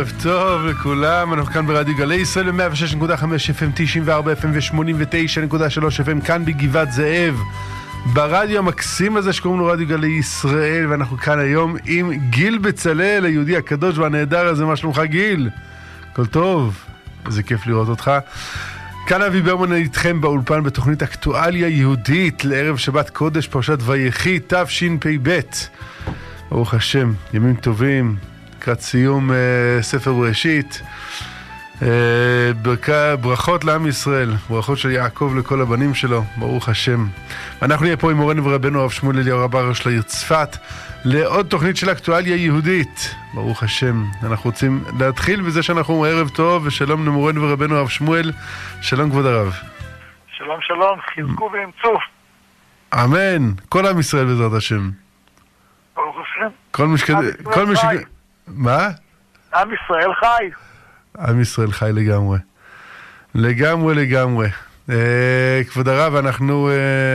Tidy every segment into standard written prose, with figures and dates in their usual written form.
ערב טוב לכולם, אנחנו כאן ברדיו גלי ישראל ב-106.5 FM, 94 FM ו-89.3 FM כאן בגבעת זאב, ברדיו המקסים הזה שקוראים לו רדיו גלי ישראל, ואנחנו כאן היום עם גיל בצלאל, היהודי הקדוש והנהדר הזה. מה שלומך גיל? הכל טוב, איזה כיף לראות אותך. כאן אבי ברמן איתכם באולפן בתוכנית אקטואליה יהודית לערב שבת קודש פרשת ויחי תשפ"ב. ברוך השם, ימים טובים, לקראת סיום ספר בראשית. ברכות לעם ישראל, ברכות של יעקב לכל הבנים שלו, ברוך השם. אנחנו נהיה פה עם מורנו ורבנו הרב שמואל אליהו רב הראשי לעיר צפת לעוד תוכנית של אקטואליה יהודית, ברוך השם. אנחנו רוצים להתחיל בזה שאנחנו אומרים ערב טוב ושלום למורנו ורבנו הרב שמואל. שלום כבוד הרב. שלום שלום, חזקו ואמצו. אמן, כל עם ישראל בעזרת השם. ברוך השם. כל מי מה? עם ישראל חי. עם ישראל חי לגמרי. לגמרי. כבוד הרב, אנחנו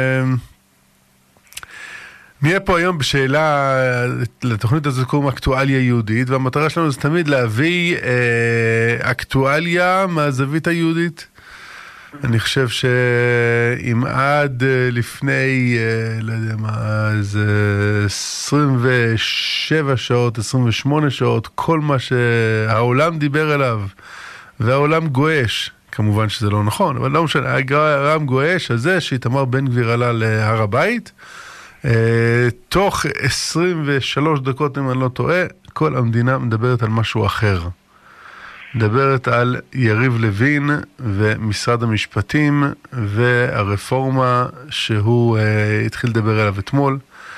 נהיה פה היום בשאלה, לתוכנית הזאת קוראים אקטואליה יהודית, והמטרה שלנו זה תמיד להביא אקטואליה מהזווית היהודית. אני חושב שאם עד לפני, לא יודע מה, איזה 27 שעות, 28 שעות, כל מה שהעולם דיבר אליו, והעולם גואש, כמובן שזה לא נכון, אבל לא משנה, העולם גואש הזה שאיתמר בן גביר עלה להר הבית, תוך 23 דקות, אם אני לא טועה, כל המדינה מדברת על משהו אחר. מדברת על יריב לוין ומשרד המשפטים והרפורמה שהוא התחיל לדבר עליו אתמול.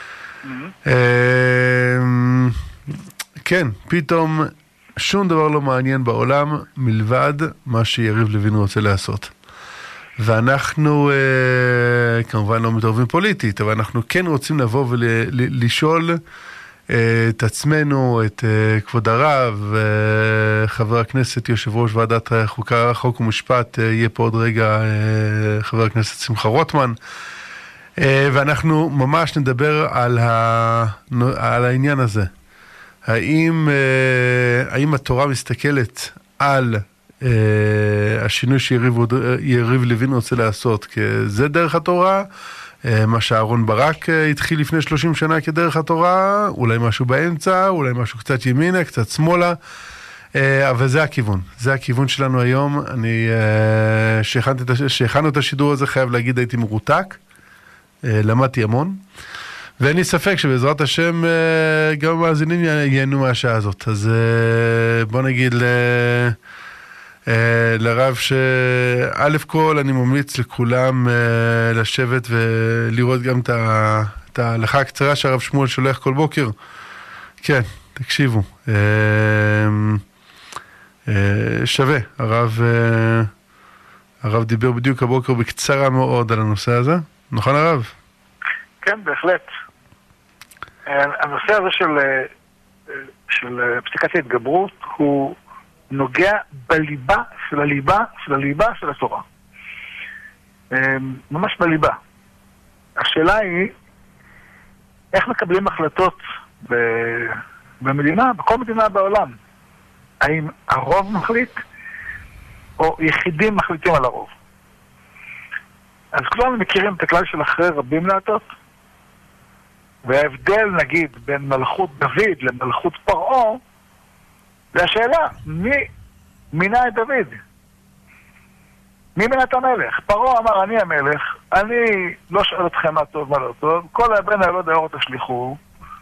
כן, פתאום שום דבר לא מעניין בעולם מלבד מה שיריב לוין רוצה לעשות. ואנחנו כמובן לא מתערבים פוליטית, אבל אנחנו כן רוצים לבוא ולשאול את עצמנו, את כבוד הרב, חבר הכנסת, יושב ראש ועדת חוקה, חוק ומשפט, יהיה פה עוד רגע חבר הכנסת שמחה רוטמן, ואנחנו ממש נדבר על העניין הזה. האם התורה מסתכלת על השינוי שיריב לוין רוצה לעשות, כי זה דרך התורה, מה שאהרון ברק התחיל לפני 30 שנה כדרך התורה, אולי משהו באמצע, אולי משהו קצת ימינה, קצת שמאלה, אבל זה הכיוון. זה הכיוון שלנו היום. אני, שהכנו את השידור הזה, חייב להגיד, הייתי מרותק, למדתי המון, ואין לי ספק שבעזרת השם גם המאזינים ייהנו מהשעה הזאת. אז בוא נגיד לרב שא' כל אני ממליץ לכולם לשבת ולראות גם את ההלכה הקצרה שהרב שמואל שולח כל בוקר. כן, תקשיבו, שווה. הרב דיבר בדיוק הבוקר בקצרה מאוד על הנושא הזה, נכון הרב? כן, בהחלט. הנושא הזה של פסיקת ההתגברות הוא נוגע בליבה של הליבה של התורה. ממש בליבה. השאלה היא, איך מקבלים החלטות במדינה, בכל מדינה בעולם? האם הרוב מחליט, או יחידים מחליטים על הרוב? אז כולנו מכירים את הכלל של אחרי רבים להטות, וההבדל נגיד בין מלכות דוד למלכות פרעה, זה השאלה, מי מינה את דוד? מי מינה את המלך? פרעה אמר, אני המלך, אני לא שואל אתכם מה טוב, מה לא טוב, כל הבן הלא דאור תשליחו,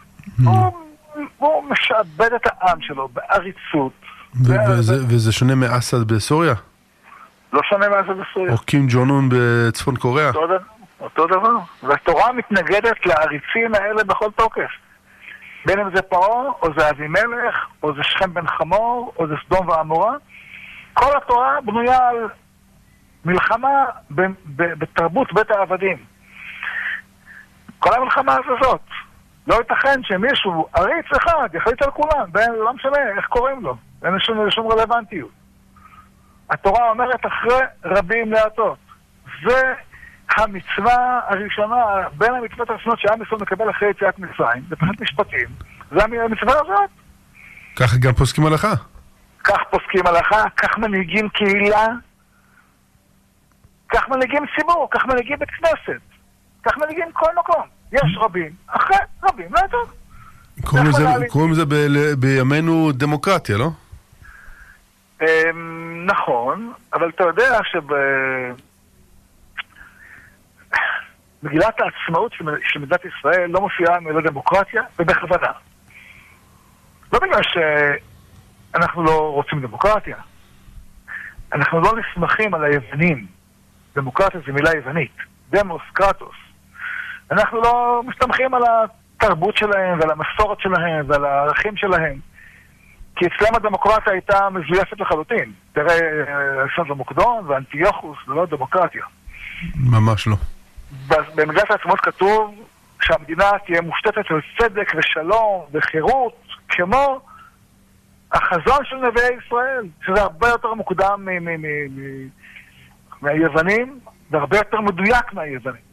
הוא משעבד את העם שלו בעריצות. וזה שונה מאסד בסוריה? לא שונה מאסד בסוריה. או קים ג'ון און בצפון קוריאה? אותו דבר. והתורה מתנגדת לעריצים האלה בכל תוקף. בין אם זה פרעה, או זה אבימלך, או זה שכם בן חמור, או זה סדום ועמורה. כל התורה בנויה על מלחמה בתרבות בית העבדים. כל המלחמה הזאת. לא ייתכן שמישהו, עריץ אחד, יחליט על כולם, לא משנה איך קוראים לו. אין שום רלוונטיות. התורה אומרת אחרי רבים להטות. זה המצווה הראשונה, בין המצוות הראשונות שעם ישראל מקבל אחרי יציאת מצרים, זה פשוט משפטים, זה המצווה הזאת. ככה גם פוסקים הלכה. כך פוסקים הלכה, כך מנהיגים קהילה, כך מנהיגים ציבור, כך מנהיגים בית כנסת, כך מנהיגים כל מקום. יש רבים, אחרי רבים, לא טוב. קוראים לזה בימינו דמוקרטיה, לא? נכון, אבל אתה יודע מגילת העצמאות של מדינת ישראל לא מופיעה מילה דמוקרטיה, ובכוונה. לא בגלל שאנחנו לא רוצים דמוקרטיה. אנחנו לא נסמכים על היוונים. דמוקרטיה זה מילה יוונית. דמוס, קרטוס. אנחנו לא מסתמכים על התרבות שלהם ועל המסורת שלהם ועל הערכים שלהם. כי אצלם הדמוקרטיה הייתה מזויפת לחלוטין. תראה, אלכסנדר מוקדון ואנטיוכוס, זה לא דמוקרטיה. ממש לא. במגילת העצמאות כתוב שהמדינה תהיה מושתתת על צדק ושלום וחירות, כמו החזון של נביאי ישראל, שזה הרבה יותר מוקדם מהיוונים, והרבה יותר מדויק מהיוונים.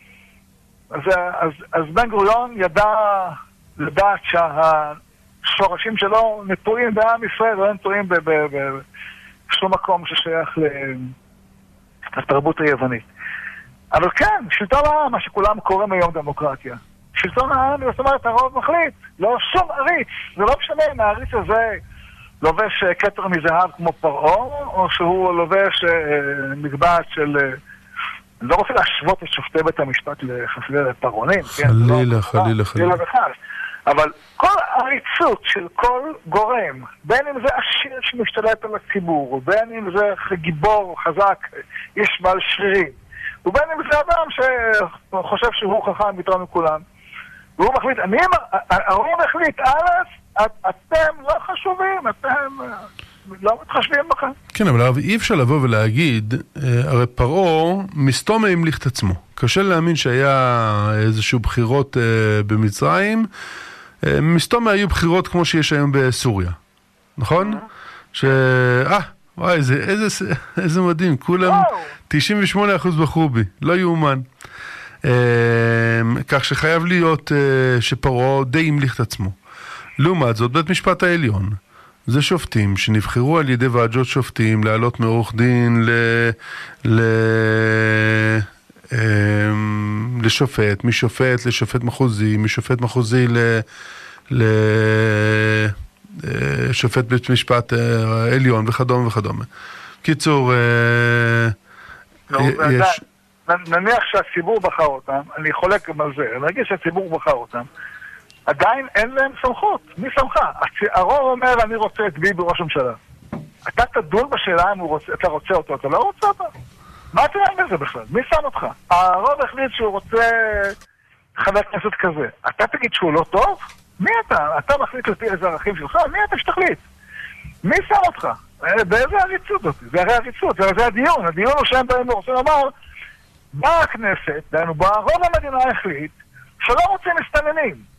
אז בן גוריון ידע לדעת שהשורשים שלו נטועים בעם ישראל, ולא נטועים בשום מקום ששייך לתרבות היוונית. אבל כן, שלטון העם, מה שכולם קוראים היום דמוקרטיה. שלטון העם, זאת אומרת, הרוב מחליט. לא שום עריץ. זה לא משנה אם העריץ הזה לובש כתר מזהב כמו פרעה, או שהוא לובש מגבעת של... אני לא רוצה להשוות את שופטי בית המשפט לחסידי פרעונים. חלילה, חלילה, חלילה. אבל כל העריצות של כל גורם, בין אם זה עשיר שמשתלט על הציבור, ובין אם זה גיבור חזק, איש בעל שרירים, ובין אם זה אדם שחושב שהוא חכם יותר מכולם, והוא מחליט, הרוב החליט, אתם לא חשובים, אתם לא מתחשבים בכם. כן, אבל אי אפשר לבוא ולהגיד, הרי פרעה מסתום המליך את עצמו. קשה להאמין שהיה איזשהו בחירות במצרים, מסתום היו בחירות כמו שיש היום בסוריה, נכון? וואי, איזה מדהים, כולם 98% בחרו בי, לא יאומן. כך שחייב להיות שפרעה די המליך את עצמו. לעומת זאת, בית משפט העליון, זה שופטים שנבחרו על ידי ועדות שופטים לעלות מעורך דין לשופט, משופט לשופט מחוזי, משופט מחוזי לשופט בית משפט עליון וכדומה וכדומה. קיצור, יש... נניח שהציבור בחר אותם, אני חולק גם על זה, נגיד שהציבור בחר אותם, עדיין אין להם סמכות. מי סמכה? הרוב אומר, אני רוצה את ביבי ראש הממשלה. אתה תדון בשאלה אם אתה רוצה אותו, אתה לא רוצה אותו? מה אתה יודע בזה בכלל? מי שם אותך? הרוב החליט שהוא רוצה חבר כנסת כזה. אתה תגיד שהוא לא טוב? מי אתה? אתה מחליט לפי איזה ערכים שלך? מי אתה שתחליט? מי שם אותך? באיזה עריצות אותי? זה הרי עריצות, זה הדיון. הדיון הוא שהם באים ורוצים לומר, באה הכנסת, דהיינו, רוב המדינה החליט שלא רוצים מסתננים.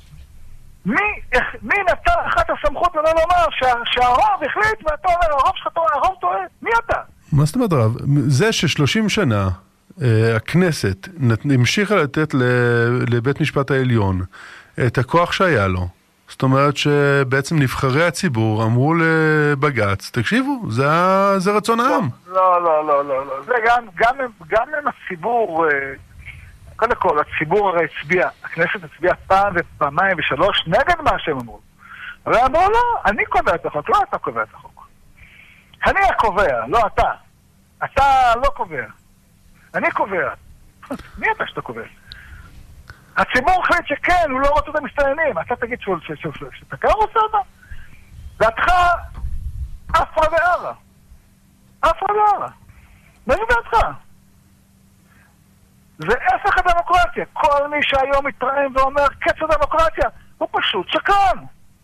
מי נתן לך את הסמכות ולא לומר שהרוב החליט ואתה אומר, הרוב שלך טועה, הרוב טועה? מי אתה? מה זאת אומרת רב? זה ש30 שנה הכנסת המשיכה לתת לבית משפט העליון את הכוח שהיה לו. זאת אומרת שבעצם נבחרי הציבור אמרו לבג"ץ, תקשיבו, זה רצון העם. לא. זה גם עם הציבור, קודם כל, הציבור הרי הצביע, הכנסת הצביעה פעם ופעמיים ושלוש נגד מה שהם אמרו. אבל אמרו, לא, אני קובע את החוק, לא אתה קובע את החוק. אני הקובע, לא אתה. אתה לא קובע. אני קובע. מי אתה שאתה קובע? הציבור החליט שכן, הוא לא רוצה את המסתננים. אתה תגיד שאתה כאן רוצה אותה? דעתך אפרה וערה. אפרה וערה. מה זה דעתך? זה הפך הדמוקרטיה. כל מי שהיום מתרעם ואומר קץ הדמוקרטיה, הוא פשוט שקרן.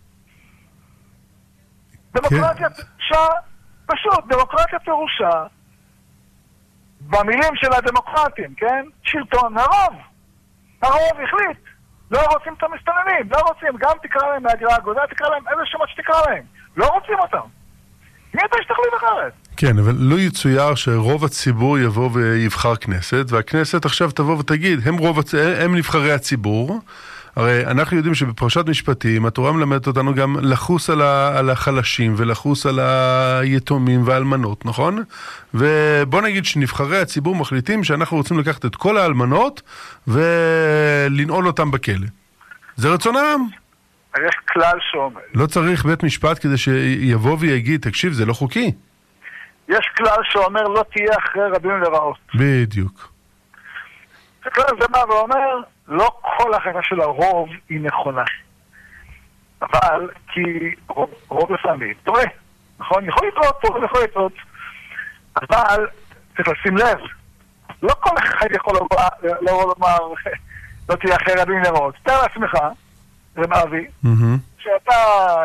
דמוקרטיה פשוט, דמוקרטיה פירושה במילים של הדמוקרטים, כן? שלטון הרוב. הרוב החליט. לא רוצים את המסתננים, לא רוצים. גם תקרא להם מהגירה הגונה, תקרא להם איזה שמות שתקרא להם. לא רוצים אותם. מי אתה שתחליט אחרת? כן, אבל לא יצויר שרוב הציבור יבוא ויבחר כנסת, והכנסת עכשיו תבוא ותגיד, הם נבחרי הציבור, הרי אנחנו יודעים שבפרשת משפטים התורה מלמדת אותנו גם לחוס על החלשים ולחוס על היתומים והאלמנות, נכון? ובוא נגיד שנבחרי הציבור מחליטים שאנחנו רוצים לקחת את כל האלמנות ולנעול אותם בכלא. זה רצונם. יש כלל שאומר. לא צריך בית משפט כדי שיבוא ויגיד, תקשיב, זה לא חוקי. יש כלל שאומר, לא תהיה אחרי רבים לרעות. בדיוק. זה כלל זה מה ואומר, לא כל החלטה של הרוב היא נכונה. אבל, כי רוב לפעמים טועה. נכון? יכול לטעות, יכול לטעות. אבל, צריך לשים לב, לא כל אחד יכול לומר, לא תהיה אחרי רבים לרעות. תאר לעצמך, רב אבי, שאתה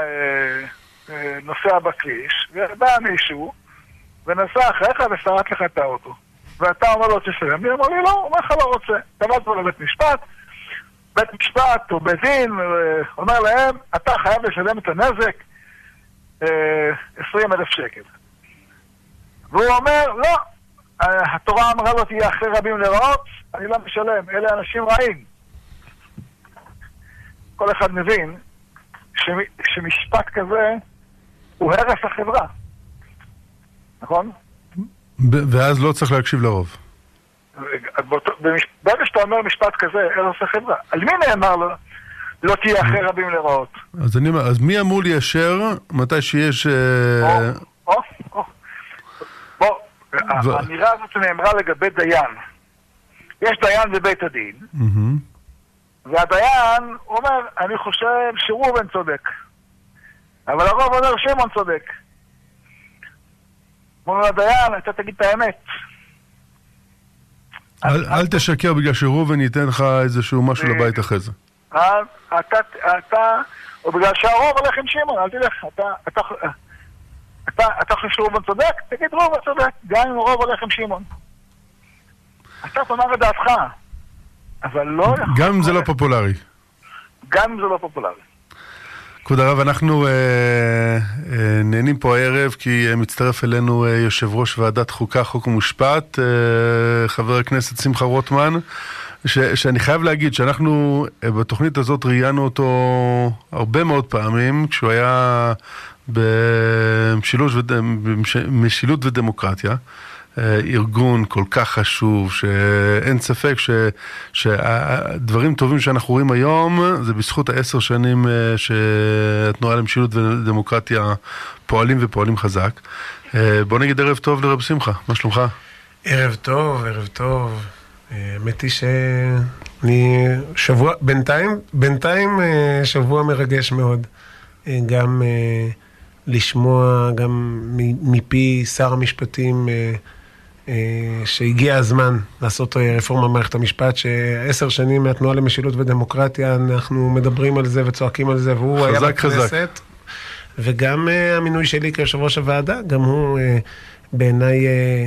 נוסע בכביש, ובא מישהו, ונסע אחריך ושרק לך את האוטו. ואתה אומר לו, תשלם לי, אמר לי, לא, אומר לך לא רוצה. תבד פה לבית משפט, בית משפט או בית דין, אומר להם, אתה חייב לשלם את הנזק 20,000 שקל. והוא אומר, לא, התורה אמרה לו, תהיה אחרי רבים לרעות, אני לא משלם, אלה אנשים רעים. כל אחד מבין שמשפט כזה הוא הרס החברה. נכון? ואז לא צריך להקשיב לרוב. ברגע שאתה אומר משפט כזה, הרס החברה. על מי נאמר לו, לא תהיה אחרי רבים לרעות? אז מי אמור ליישר מתי שיש... בוא, האמירה הזאת נאמרה לגבי דיין. יש דיין בבית הדין, והדיין אומר, אני חושב שראובן צודק. אבל הרוב אומר שמעון צודק. אומר לדיין, אתה תגיד את האמת. אל תשקר בגלל שראובן ייתן לך איזשהו משהו לבית אחרי זה. או בגלל שהרוב הולך עם שמעון, אל תלך. אתה חושב שראובן צודק? תגיד ראובן צודק. גם אם הרוב הולך עם שמעון. אתה תאמר את דעתך. אבל לא... גם אם זה לא פופולרי. גם אם זה לא פופולרי. כבוד הרב, אנחנו נהנים פה הערב כי מצטרף אלינו יושב ראש ועדת חוקה, חוק ומשפט, חבר הכנסת שמחה רוטמן, שאני חייב להגיד שאנחנו בתוכנית הזאת ראיינו אותו הרבה מאוד פעמים, כשהוא היה במשילות ודמוקרטיה. ארגון כל כך חשוב, שאין ספק שהדברים טובים שאנחנו רואים היום, זה בזכות 10 שנים שהתנועה למשילות ודמוקרטיה פועלים ופועלים חזק. בוא נגיד ערב טוב לרב שמחה, מה שלומך? ערב טוב, ערב טוב. האמת היא שאני בינתיים שבוע מרגש מאוד. גם לשמוע, גם מפי שר המשפטים, שהגיע הזמן לעשות רפורמה במערכת המשפט, ש10 שנים מהתנועה למשילות ודמוקרטיה אנחנו מדברים על זה וצועקים על זה, והוא היה בכנסת, וגם המינוי שלי כיושב ראש הוועדה, גם הוא בעיניי,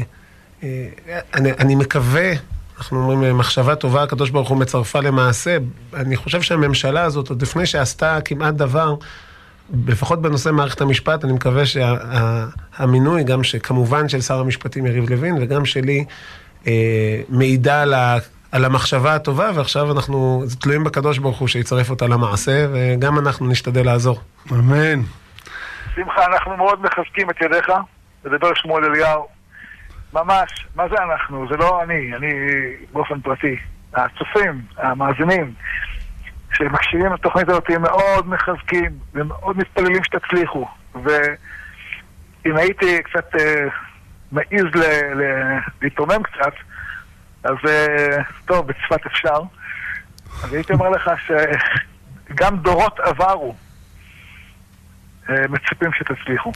אני מקווה, אנחנו אומרים מחשבה טובה, הקדוש ברוך הוא מצרפה למעשה. אני חושב שהממשלה הזאת, עוד לפני שעשתה כמעט דבר, לפחות בנושא מערכת המשפט, אני מקווה שהמינוי, גם שכמובן של שר המשפטים יריב לוין, וגם שלי, מעידה על המחשבה הטובה, ועכשיו אנחנו תלויים בקדוש ברוך הוא שיצרף אותה למעשה, וגם אנחנו נשתדל לעזור. אמן. שמחה, אנחנו מאוד מחזקים את ידיך, לדבר שמואל אליהו. ממש, מה זה אנחנו? זה לא אני באופן פרטי. הצופים, המאזינים, שמקשיבים לתוכנית הזאת, הם מאוד מחזקים ומאוד מתפללים שתצליחו. ואם הייתי קצת מעיז להתרומם קצת, אז טוב, בצפת אפשר. אז הייתי אומר לך שגם דורות עברו מצפים שתצליחו.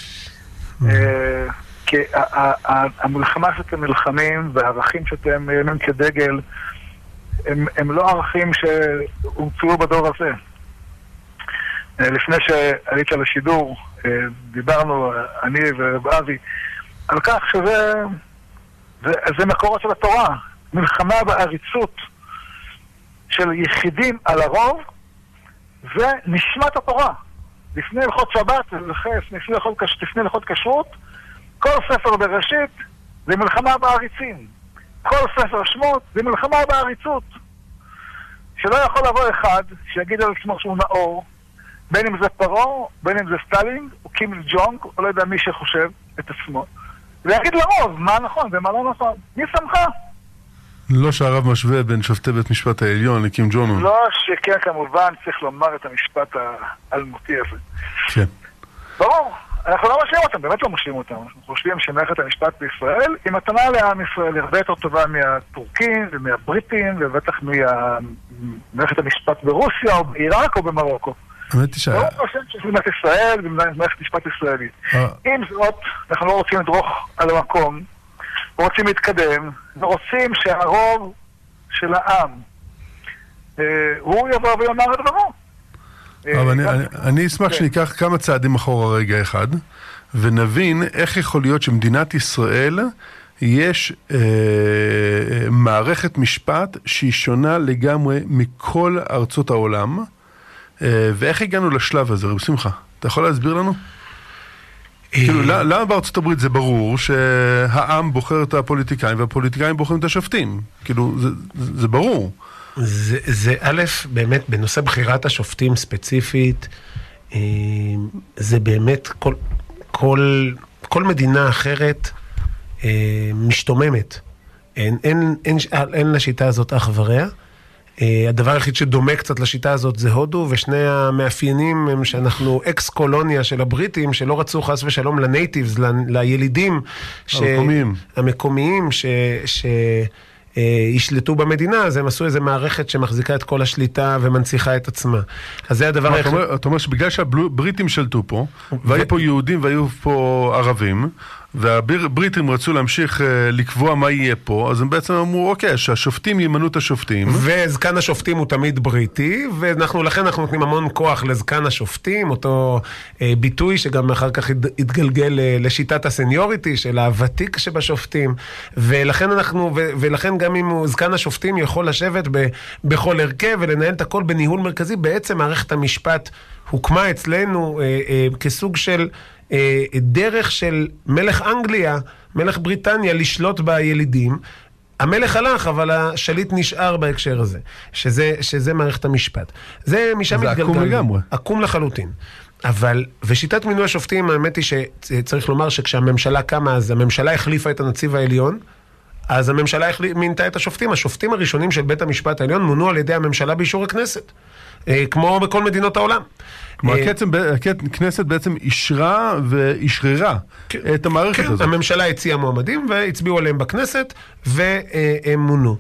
כי המלחמה שאתם נלחמים והערכים שאתם מיימים כדגל, הם לא ערכים שהומצאו בדור הזה. לפני שעלית לשידור, דיברנו, אני ורב אבי, על כך שזה מקורות של התורה. מלחמה בעריצות של יחידים על הרוב, זה נשמת התורה. לפני הלכות שבת, לפני הלכות כשרות, כל ספר בראשית זה מלחמה בעריצים. כל ספר שמות זה מלחמה בעריצות. שלא יכול לבוא אחד שיגיד על עצמו שהוא נאור, בין אם זה פרו, בין אם זה סטלין, או קים ג'ונג, או לא יודע מי שחושב את עצמו, ויגיד לרוב מה נכון ומה לא נכון. מי שמך? לא שהרב משווה בין שופטי בית משפט העליון לקים ג'ונג. לא שכן, כמובן צריך לומר את המשפט האלמותי הזה. כן. ברור, אנחנו לא משלים אותם, באמת לא משלים אותם. אנחנו חושבים שמערכת המשפט בישראל היא מתנה לעם ישראל הרבה יותר טובה מהטורקים ומהבריטים, ובטח ממערכת המשפט ברוסיה או בעיראק או במרוקו. האמת היא לא חושב שמדינת ישראל ומערכת משפט ישראלית. עם זאת, אנחנו לא רוצים לדרוך על המקום, רוצים להתקדם, ורוצים שהרוב של העם הוא יבוא ויאמר את דברו. אבל אני אשמח שניקח כמה צעדים אחורה רגע אחד, ונבין איך יכול להיות שמדינת ישראל יש מערכת משפט שהיא שונה לגמרי מכל ארצות העולם, ואיך הגענו לשלב הזה, רב שמחה? אתה יכול להסביר לנו? כאילו, למה בארצות הברית זה ברור שהעם בוחר את הפוליטיקאים והפוליטיקאים בוחרים את השופטים? כאילו, זה ברור. זה א', באמת, בנושא בחירת השופטים ספציפית, זה באמת כל מדינה אחרת משתוממת. אין לשיטה הזאת אח ורע. הדבר היחיד שדומה קצת לשיטה הזאת זה הודו, ושני המאפיינים הם שאנחנו אקס קולוניה של הבריטים, שלא רצו חס ושלום לנייטיבס, לילידים המקומיים ישלטו במדינה, אז הם עשו איזו מערכת שמחזיקה את כל השליטה ומנציחה את עצמה. אז זה הדבר היחיד. אתה אומר שבגלל שהבריטים שלטו פה, והיו פה יהודים והיו פה ערבים, והבריטים רצו להמשיך לקבוע מה יהיה פה, אז הם בעצם אמרו, אוקיי, שהשופטים ימנו את השופטים. וזקן השופטים הוא תמיד בריטי, ולכן אנחנו נותנים המון כוח לזקן השופטים, אותו ביטוי שגם אחר כך התגלגל לשיטת הסניוריטי של הוותיק שבשופטים, ולכן גם אם זקן השופטים יכול לשבת בכל הרכב ולנהל את הכל בניהול מרכזי, בעצם מערכת המשפט הוקמה אצלנו כסוג של דרך של מלך אנגליה, מלך בריטניה, לשלוט בילידים. המלך הלך, אבל השליט נשאר בהקשר הזה, שזה מערכת המשפט. זה משם מתגלגל. זה עקום לגמרי. עקום לחלוטין. ושיטת מינוי השופטים, האמת היא שצריך לומר שכשהממשלה קמה, אז הממשלה החליפה את הנציב העליון, אז הממשלה מינתה את השופטים. השופטים הראשונים של בית המשפט העליון מונו על ידי הממשלה באישור הכנסת. כמו בכל מדינות העולם. הכנסת בעצם אישרה ואישררה את המערכת הזאת. הממשלה הציעה מועמדים והצביעו עליהם בכנסת והם מונו.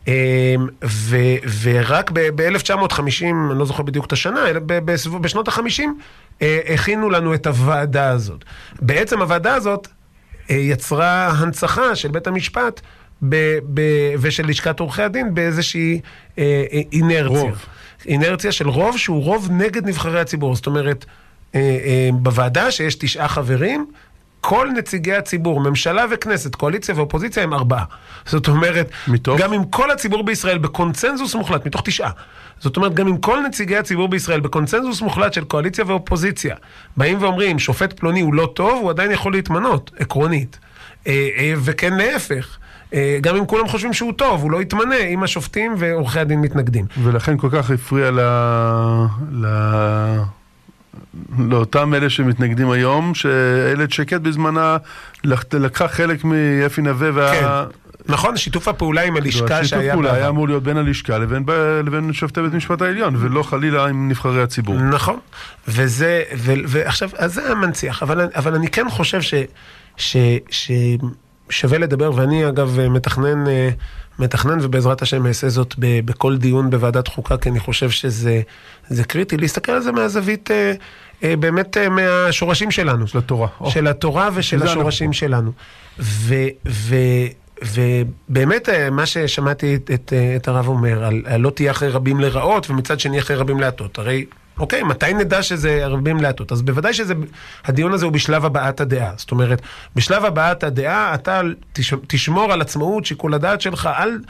ורק ב-1950, אני לא זוכר בדיוק את השנה, אלא בשנות ה-50, הכינו לנו את הוועדה הזאת. בעצם הוועדה הזאת יצרה הנצחה של בית המשפט ושל לשכת עורכי הדין באיזושהי אינרציה. אינרציה של רוב שהוא רוב נגד נבחרי הציבור. זאת אומרת, בוועדה שיש 9 חברים, כל נציגי הציבור, ממשלה וכנסת, קואליציה ואופוזיציה הם 4. זאת אומרת, גם עם כל הציבור בישראל בקונצנזוס מוחלט, מתוך 9. זאת אומרת, גם עם כל נציגי הציבור בישראל בקונצנזוס מוחלט של קואליציה ואופוזיציה, באים ואומרים, שופט פלוני הוא לא טוב, הוא עדיין יכול להתמנות, עקרונית. וכן להפך. גם אם כולם חושבים שהוא טוב, הוא לא יתמנה אם השופטים ועורכי הדין מתנגדים. ולכן כל כך הפריע לאותם אלה שמתנגדים היום, שאילת שקד בזמנה לקחה חלק מיפי נווה כן. נכון, שיתוף הפעולה עם הלשכה שיתוף פעולה היה אמור להיות בין הלשכה לבין שופטי בית המשפט העליון, ולא חלילה עם נבחרי הציבור. נכון, ועכשיו, אז זה המנציח, אבל אני כן חושב שווה לדבר, ואני אגב מתכנן ובעזרת השם אעשה זאת בכל דיון בוועדת חוקה, כי אני חושב שזה קריטי, להסתכל על זה מהזווית באמת מהשורשים שלנו. של התורה. של התורה ושל השורשים שלנו. ובאמת מה ששמעתי את הרב אומר, על לא תהיה אחרי רבים לראות, ומצד שני אחרי רבים להטות. הרי אוקיי, מתי נדע שזה רבים להטות? אז בוודאי שהדיון הזה הוא בשלב הבעת הדעה. זאת אומרת, בשלב הבעת הדעה אתה תשמור על עצמאות שיקול הדעת שלך,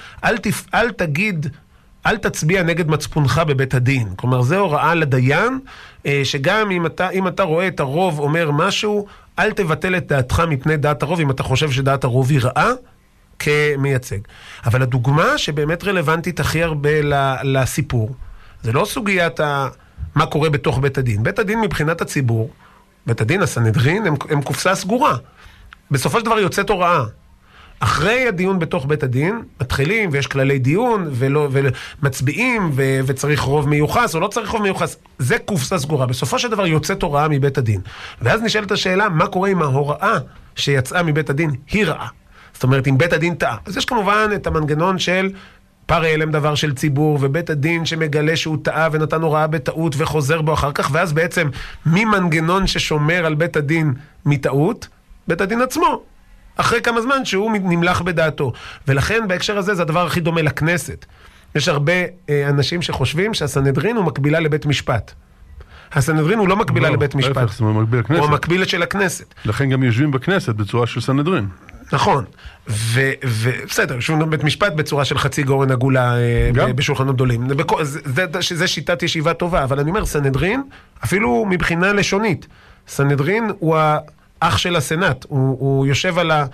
אל תצביע נגד מצפונך בבית הדין. כלומר, זה הוראה לדיין, שגם אם אתה רואה את הרוב אומר משהו, אל תבטל את דעתך מפני דעת הרוב. אם אתה חושב שדעת הרוב היא רעה, כמייצג. אבל הדוגמה שבאמת רלוונטית הכי הרבה לסיפור, זה לא סוגיית מה קורה בתוך בית הדין. בית הדין מבחינת הציבור, בית הדין, הסנהדרין, הם קופסה סגורה. בסופו של דבר יוצאת הוראה. אחרי הדיון בתוך בית הדין, מתחילים ויש כללי דיון, ומצביעים, וצריך רוב מיוחס, או לא צריך רוב מיוחס. זה קופסה סגורה. בסופו של דבר יוצאת הוראה מבית הדין. ואז נשאלת השאלה, מה קורה עם ההוראה שיצאה מבית הדין? היא רעה. זאת אומרת, אם בית הדין טעה. אז יש כמובן את המנגנון של פרי אלם דבר של ציבור, ובית הדין שמגלה שהוא טעה ונתן הוראה בטעות וחוזר בו אחר כך, ואז בעצם ממנגנון ששומר על בית הדין מטעות, בית הדין עצמו, אחרי כמה זמן שהוא נמלח בדעתו. ולכן בהקשר הזה זה הדבר הכי דומה לכנסת. יש הרבה אנשים שחושבים שהסנהדרין הוא מקבילה לבית משפט. הסנהדרין הוא לא מקבילה לבית משפט. הוא המקביל של הכנסת. לכן גם יושבים בכנסת בצורה של סנהדרין. נכון, ובסדר, יושבים בית משפט בצורה של חצי גורן עגולה בשולחנות גדולים. זה שיטת ישיבה טובה, אבל אני אומר, סנהדרין, אפילו מבחינה לשונית, סנהדרין הוא האח של הסנאט, הוא יושב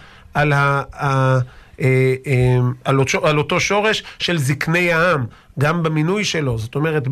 על אותו שורש של זקני העם, גם במינוי שלו. זאת אומרת,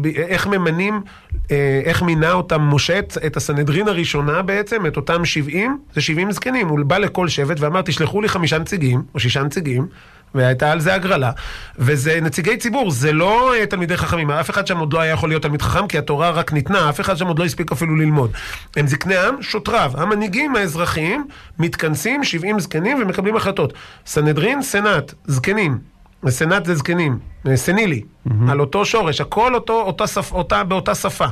איך מינה אותם משה, את הסנהדרין הראשונה בעצם, את אותם 70, זה 70 זקנים. הוא בא לכל שבט ואמר, תשלחו לי 5 נציגים, או 6 נציגים, והייתה על זה הגרלה, וזה נציגי ציבור, זה לא תלמידי חכמים, אף אחד שם עוד לא היה יכול להיות תלמיד חכם, כי התורה רק ניתנה, אף אחד שם עוד לא הספיק אפילו ללמוד. הם זקני העם, שוטריו, המנהיגים האזרחיים, מתכנסים 70 זקנים ומקבלים החלטות. סנהדרין, סנאט, זקנים, סנאט זה זקנים, סנילי, על אותו שורש, הכל באותה שפה.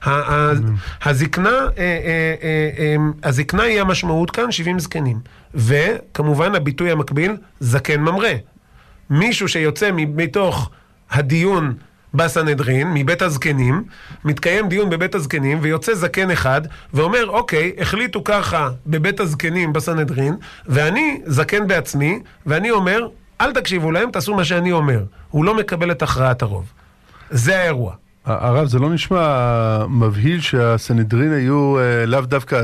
הזקנה היא המשמעות כאן, 70 זקנים. וכמובן הביטוי המקביל, זקן ממרא. מישהו שיוצא מתוך הדיון בסנהדרין, מבית הזקנים, מתקיים דיון בבית הזקנים, ויוצא זקן אחד, ואומר, אוקיי, החליטו ככה בבית הזקנים בסנהדרין, ואני זקן בעצמי, ואני אומר, אל תקשיבו להם, תעשו מה שאני אומר. הוא לא מקבל את הכרעת הרוב. זה האירוע. הרב, זה לא נשמע מבהיל שהסנהדרין היו לאו דווקא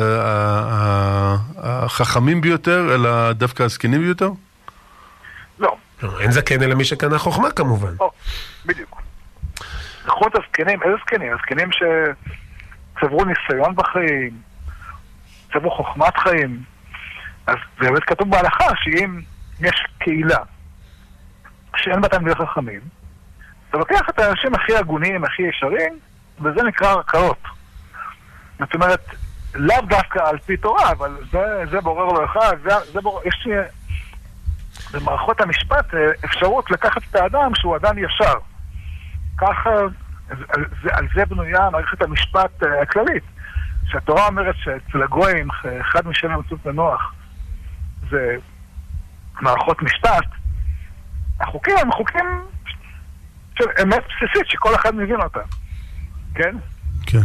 החכמים ביותר, אלא דווקא הזקנים ביותר? לא. אין זקן אלא מי שקנה חוכמה כמובן. בדיוק. זכות הזקנים, איזה זקנים? הזקנים שצברו ניסיון בחיים, צברו חוכמת חיים. אז זה באמת כתוב בהלכה שאם יש קהילה שאין בה תלמידי חכמים, אתה לוקח את האנשים הכי הגונים, הכי ישרים, וזה נקרא ערכאות. זאת אומרת, לאו דווקא על פי תורה, אבל זה בורר לו אחד, יש במערכות המשפט אפשרות לקחת את האדם שהוא אדם ישר. ככה, על זה בנויה מערכת המשפט הכללית. שהתורה אומרת שאצל הגויים, אחד משם המצאות לנוח, זה מערכות משפט, החוקים הם חוקים של אמת בסיסית שכל אחד מבין אותה. כן? כן.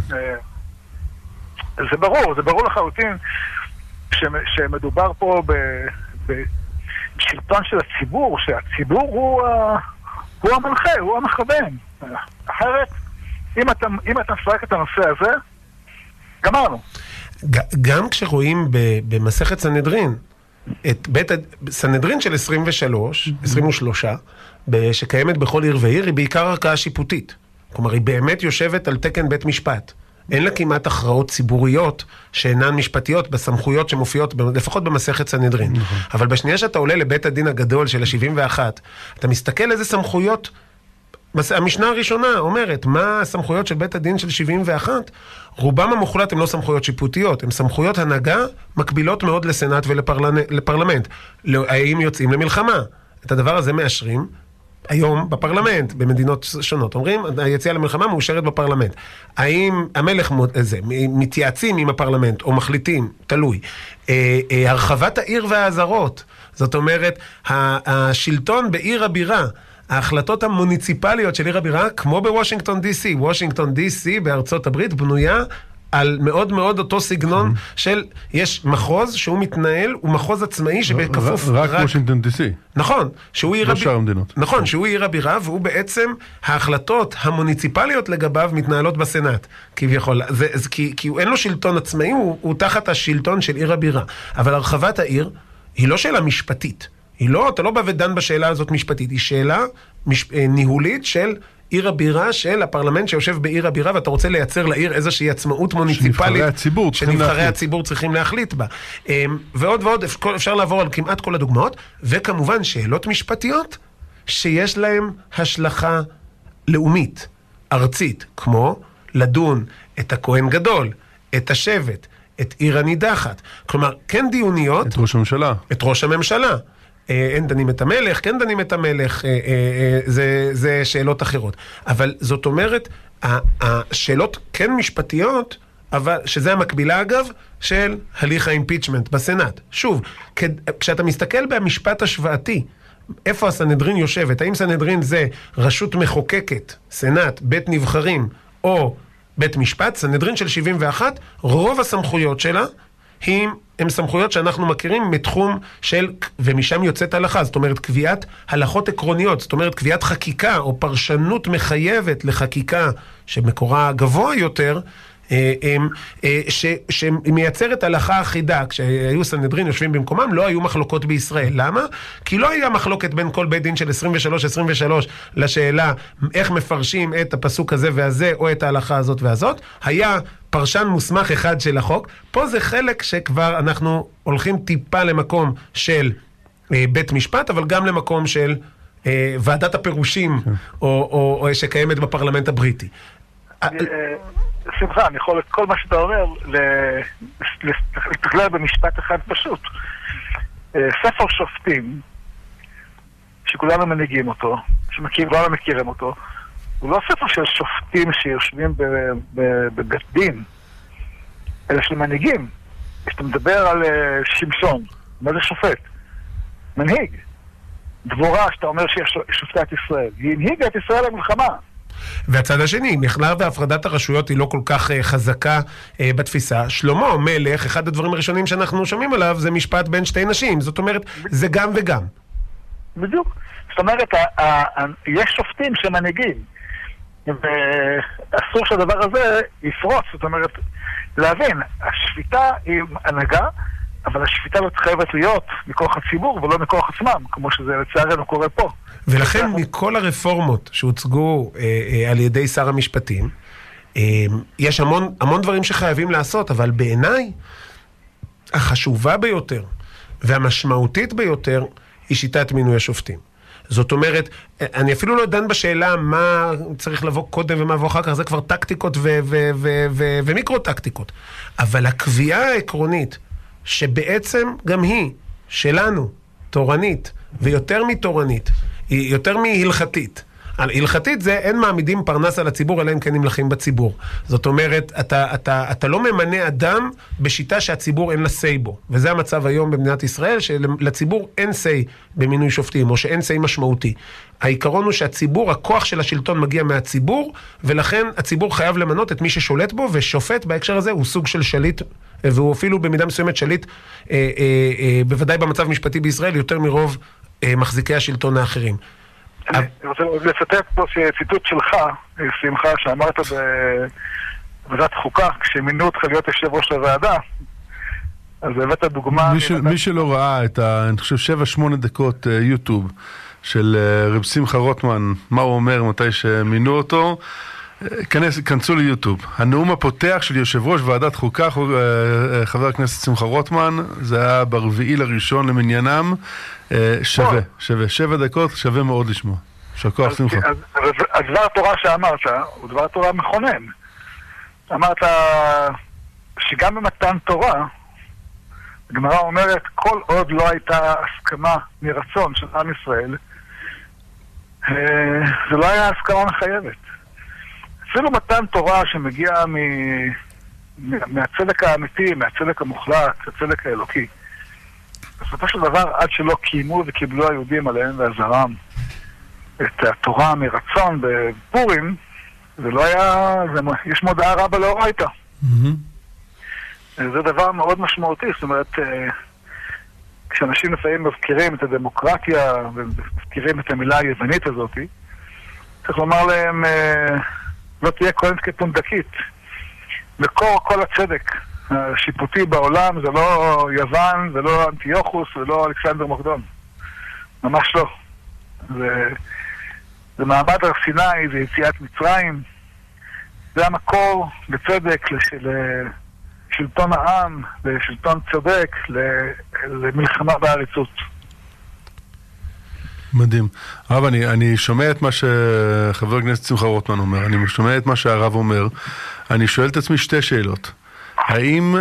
זה ברור לחלוטין שמדובר פה בשלטון של הציבור, שהציבור הוא המנחה, הוא המכוון. אחרת, אם אתה מפרק את הנושא הזה, גמרנו. גם כשרואים במסכת סנהדרין, את סנהדרין של 23, שקיימת בכל עיר ועיר, היא בעיקר ערכאה שיפוטית. כלומר, היא באמת יושבת על תקן בית משפט. אין לה כמעט הכרעות ציבוריות שאינן משפטיות בסמכויות שמופיעות לפחות במסכת סנהדרין. אבל בשנייה שאתה עולה לבית הדין הגדול של ה-71, אתה מסתכל איזה סמכויות, המשנה הראשונה אומרת, מה הסמכויות של בית הדין של 71? רובם המוחלט הם לא סמכויות שיפוטיות, הם סמכויות הנהגה מקבילות מאוד לסנאט ולפרלמנט. האם יוצאים למלחמה? את הדבר הזה מאשרים היום בפרלמנט, במדינות שונות. אומרים, היציאה למלחמה מאושרת בפרלמנט. האם המלך מתייעצים עם הפרלמנט או מחליטים? תלוי. הרחבת העיר והעזרות, זאת אומרת, השלטון בעיר הבירה, ההחלטות המוניציפליות של עיר הבירה, כמו בוושינגטון די-סי. וושינגטון די-סי בארצות הברית בנויה על מאוד מאוד אותו סגנון של, יש מחוז שהוא מתנהל, הוא מחוז עצמאי שבכפוף רק וושינגטון די-סי. נכון, שהוא עיר הבירה. נכון, שהוא עיר הבירה, והוא בעצם, ההחלטות המוניציפליות לגביו מתנהלות בסנאט, כביכול. כי אין לו שלטון עצמאי, הוא תחת השלטון של עיר הבירה. אבל הרחבת העיר היא לא שאלה משפטית. אתה לא בא ודן בשאלה הזאת משפטית, היא שאלה ניהולית של עיר הבירה, של הפרלמנט שיושב בעיר הבירה, ואתה רוצה לייצר לעיר איזושהי עצמאות מוניציפלית, שנבחרי הציבור צריכים להחליט בה. ועוד ועוד, אפשר לעבור על כמעט כל הדוגמאות, וכמובן שאלות משפטיות, שיש להם השלכה לאומית, ארצית, כמו לדון את הכהן גדול, את השבט, את עיר הנידחת. כלומר, כן דיוניות. את ראש הממשלה. את ראש הממשלה. אין דנים את המלך, כן דנים את המלך, זה שאלות אחרות. אבל זאת אומרת, השאלות כן משפטיות, אבל שזה המקבילה אגב, של הליך האימפיצ'מנט בסנאט. שוב, כשאתה מסתכל במשפט השוואתי, איפה הסנהדרין יושבת? האם סנהדרין זה רשות מחוקקת, סנאט, בית נבחרים, או בית משפט? סנהדרין של 71, רוב הסמכויות שלה הם סמכויות שאנחנו מכירים מתחום של, ומשם יוצאת הלכה, זאת אומרת קביעת הלכות עקרוניות, זאת אומרת קביעת חקיקה או פרשנות מחייבת לחקיקה שמקורה גבוה יותר, שמייצרת הלכה אחידה. כשהיו סנהדרין יושבים במקומם, לא היו מחלוקות בישראל. למה? כי לא היה מחלוקת בין כל בית דין של 23 לשאלה איך מפרשים את הפסוק הזה והזה, או את ההלכה הזאת והזאת. היה פרשן מוסמך אחד של החוק. פה זה חלק שכבר אנחנו הולכים טיפה למקום של בית משפט, אבל גם למקום של ועדת הפירושים, או שקיימת בפרלמנט הבריטי. שמחה, אני יכול את כל מה שאתה אומר לתכלל במשפט אחד פשוט. ספר שופטים, שכולנו מנהיגים אותו, שכולנו מכירים אותו, הוא לא ספר של שופטים שיושבים בבית דין, אלא של מנהיגים. כשאתה מדבר על שמשון, מה זה שופט? מנהיג. דבורה, שאתה אומר שהיא שופטת ישראל, היא הנהיגה את ישראל למלחמה. והצד השני, מחלה והפרדת הרשויות היא לא כל כך חזקה בתפיסה. שלמה מלך, אחד הדברים הראשונים שאנחנו שומעים עליו זה משפט בין שתי נשים. זאת אומרת, זה גם וגם. בדיוק. זאת אומרת, יש שופטים שמנהיגים, ואסור שהדבר הזה יפרוץ. זאת אומרת, להבין, השפיטה היא הנהגה, אבל השפיטה לא חייבת להיות מכוח הציבור ולא מכוח עצמם, כמו שזה לצערנו קורה פה. ולכן מכל הרפורמות שהוצגו על ידי שר המשפטים, יש המון דברים שחייבים לעשות, אבל בעיניי החשובה ביותר והמשמעותית ביותר היא שיטת מינוי השופטים. זאת אומרת, אני אפילו לא דן בשאלה מה צריך לבוא קודם ומה לבוא אחר כך, זה כבר טקטיקות ומיקרו-טקטיקות. אבל הקביעה העקרונית, שבעצם גם היא שלנו, תורנית, ויותר מתורנית, היא יותר מהלכתית. הלכתית זה אין מעמידים פרנס על הציבור, אלא אם כן נמלכים בציבור. זאת אומרת, אתה לא ממנה אדם בשיטה שהציבור אין לה סי בו. וזה המצב היום במדינת ישראל, שלציבור אין סי במינוי שופטים, או שאין סי משמעותי. העיקרון הוא שהציבור, הכוח של השלטון מגיע מהציבור, ולכן הציבור חייב למנות את מי ששולט בו, ושופט בהקשר הזה הוא סוג של שליט, והוא אפילו במידה מסוימת שליט, בוודאי במצב משפטי בישראל, יותר מרוב מחזיקי השלטון האחרים. אני רוצה לצטט פה ציטוט שלך, שמחה, שאמרת בוועדת חוקה, כשמינו אותך להיות יושב ראש הוועדה, אז הבאת דוגמה... מי שלא ראה את אני חושב 7-8 דקות יוטיוב של רב שמחה רוטמן, מה הוא אומר מתי שמינו אותו, כנסו ליוטיוב. הנאום הפותח של יושב ראש ועדת חוקה, חבר הכנסת שמחה רוטמן, זה היה ברביעי לראשון למניינם, שווה, 7 דקות, שווה מאוד לשמוע. שכוח שמחה. אז דבר התורה שאמרת, הוא דבר תורה מכונן. אמרת שגם במתן תורה, הגמרא אומרת, כל עוד לא הייתה הסכמה מרצון של עם ישראל, זה לא היה הסכמה מחייבת. אפילו מתן תורה שמגיע מהצדק האמיתי, מהצדק המוחלט, הצדק האלוקי. בסופו של דבר, עד שלא קיימו וקיבלו היהודים עליהם ועזרם את התורה מרצון בפורים, זה לא היה, יש מודעה רבה לאורייתא. זה דבר מאוד משמעותי, זאת אומרת, כשאנשים לפעמים מזכירים את הדמוקרטיה ומזכירים את המילה היוונית הזאת, צריך לומר להם, לא תהיה כהן כפונדקית. מקור כל הצדק השיפוטי בעולם זה לא יוון, זה לא אנטיוכוס, זה לא אלכסנדר מוקדון. ממש לא. זה מעמד הר סיני, זה יציאת מצרים, זה המקור בצדק לשלטון העם, לשלטון צודק, למלחמה בעריצות. מדהים. הרב, אני שומע את מה שחבר הכנסת שמחה רוטמן אומר, אני שומע את מה שהרב אומר, אני שואל את עצמי שתי שאלות. האם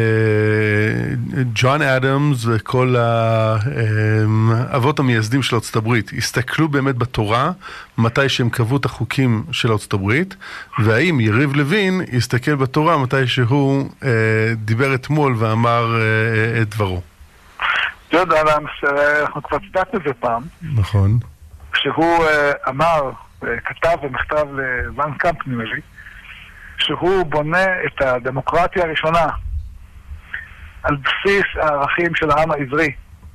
ג'ון אדמס וכל האבות המייסדים של ארצות הברית הסתכלו באמת בתורה מתי שהם קבעו את החוקים של ארצות הברית, והאם יריב לוין הסתכל בתורה מתי שהוא דיבר אתמול ואמר את דברו? ג'ון אדמס, אנחנו כבר ציטטנו את זה פעם. נכון. שהוא אמר, כתב ומכתב לוואן קאמפ נדמה לי, שהוא בונה את הדמוקרטיה הראשונה על בסיס הערכים של העם העברי,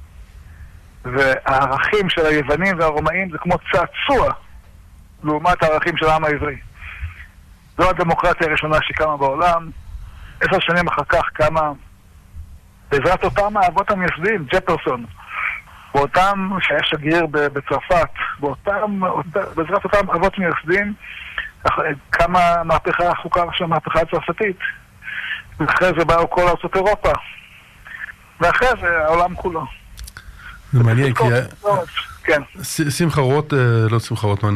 והערכים של היוונים והרומאים זה כמו צעצוע לעומת הערכים של העם העברי. זו הדמוקרטיה הראשונה שקמה בעולם. 10 שנים אחר כך קמה בעזרת אותם האבות המייסדים, ג'פרסון, באותם שהיה שגריר בצרפת, בעזרת אותם אבות מייסדים קמה מהפכה חוקה של המהפכה הצרפתית, ואחרי זה באו כל ארצות אירופה, ואחרי זה העולם כולו. זה מעניין, כי כן. שמחה רוטמן,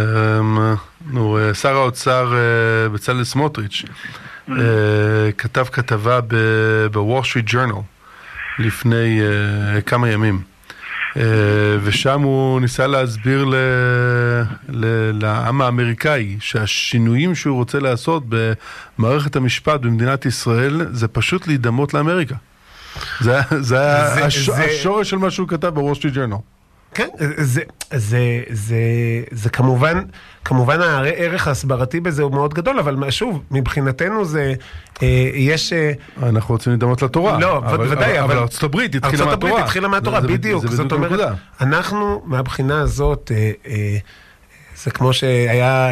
שר האוצר בצלאל סמוטריץ' כתב כתבה בוול סטריט ג'ורנל לפני כמה ימים, ושם הוא ניסה להסביר לעם האמריקאי שהשינויים שהוא רוצה לעשות במערכת המשפט במדינת ישראל זה פשוט להידמות לאמריקה. זה היה השורש של מה שהוא כתב בוול סטריט ג'ורנל. כן, זה כמובן הערך ההסברתי בזה הוא מאוד גדול, אבל שוב, מבחינתנו זה, יש... אנחנו רוצים להידמות לתורה. לא, ודאי, אבל ארצות הברית התחילה מהתורה, בדיוק. זאת אומרת, אנחנו מהבחינה הזאת, זה כמו שהיה...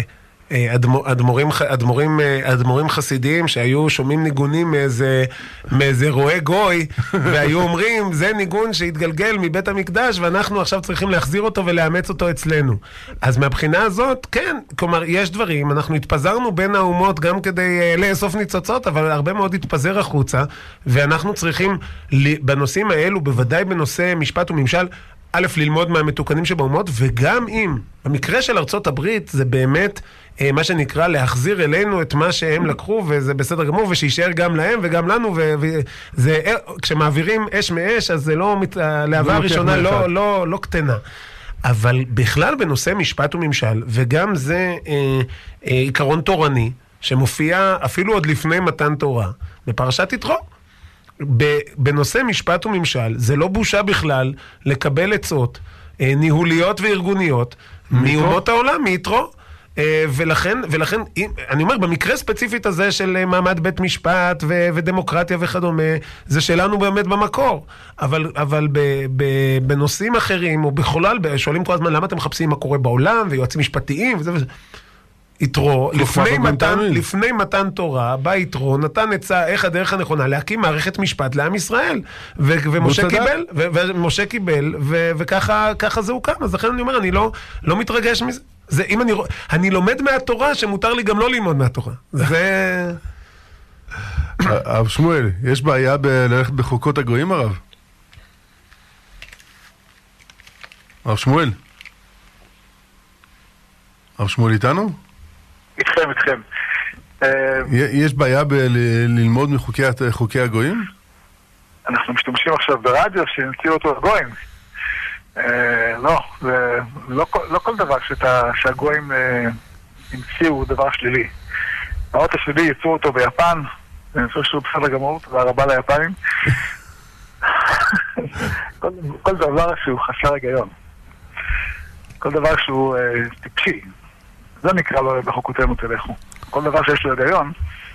אדמו"רים חסידיים שהיו שומעים ניגונים מאיזה רועה גוי והיו אומרים זה ניגון שהתגלגל מבית המקדש ואנחנו עכשיו צריכים להחזיר אותו ולאמץ אותו אצלנו. אז מהבחינה הזאת כן, כלומר יש דברים, אנחנו התפזרנו בין האומות גם כדי לאסוף ניצוצות, אבל הרבה מאוד התפזר החוצה, ואנחנו צריכים בנושאים האלו, בוודאי בנושא משפט וממשל, א', ללמוד מהמתוקנים שבאומות, וגם אם במקרה של ארצות הברית זה באמת מה שנקרא להחזיר אלינו את מה שהם לקחו, וזה בסדר גמור, ושישאר גם להם וגם לנו, וזה, כשמעבירים אש מאש, אז זה לא, להבה הראשונה לא קטנה. אבל בכלל בנושא משפט וממשל, וגם זה עיקרון תורני, שמופיע אפילו עוד לפני מתן תורה, בפרשת יתרו. בנושא משפט וממשל, זה לא בושה בכלל לקבל עצות ניהוליות וארגוניות מאומות העולם, מיתרו, ולכן, אני אומר, במקרה ספציפית הזה של מעמד בית משפט ודמוקרטיה וכדומה, זה שלנו באמת במקור. אבל בנושאים אחרים, או בכלל, שואלים כל הזמן, למה אתם מחפשים מה קורה בעולם, ויועצים משפטיים, וזה וזה. יתרו, לפני מתן תורה, בא יתרו, נתן עצה איך הדרך הנכונה להקים מערכת משפט לעם ישראל, ומשה קיבל, וככה זה הוקם. אז לכן אני אומר, אני לא מתרגש מזה. אני לומד מהתורה שמותר לי גם לא ללמוד מהתורה. זה... הרב שמואל, יש בעיה ללכת בחוקות הגויים, הרב? הרב שמואל? הרב שמואל איתנו? איתכם. יש בעיה ללמוד מחוקי הגויים? אנחנו משתמשים עכשיו ברדיו שנמציאו אותו הגויים. לא כל דבר שהגויים המציאו הוא דבר שלילי. האות השלילי יצאו אותו ביפן, אני חושב שהוא בסדר גמור, תודה רבה ליפנים. כל דבר שהוא חסר היגיון. כל דבר שהוא טיפשי. זה נקרא לו בחוקותינו תלכו. כל דבר שיש לו היגיון...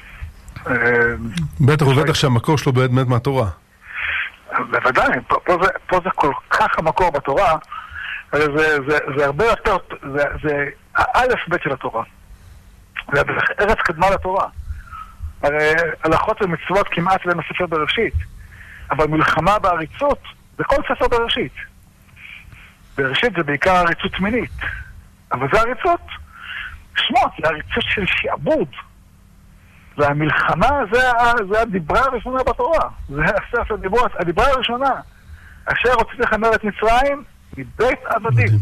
בטח ובטח שהמקור שלו באמת מהתורה. בוודאי, פה זה כל כך המקור בתורה, זה הרבה יותר, זה האלף בית של התורה. זה ארץ קדמה לתורה. הרי הלכות ומצוות כמעט בין הספר בראשית, אבל מלחמה בעריצות זה כל ספר בראשית. בראשית זה בעיקר עריצות מינית. אבל זה עריצות שמות, זה עריצות של שעבוד. והמלחמה זה הדיברה הראשונה בתורה. זה הספר דיברות, הדיברה הראשונה. אשר הוציא לכם את מצרים מבית עבדים.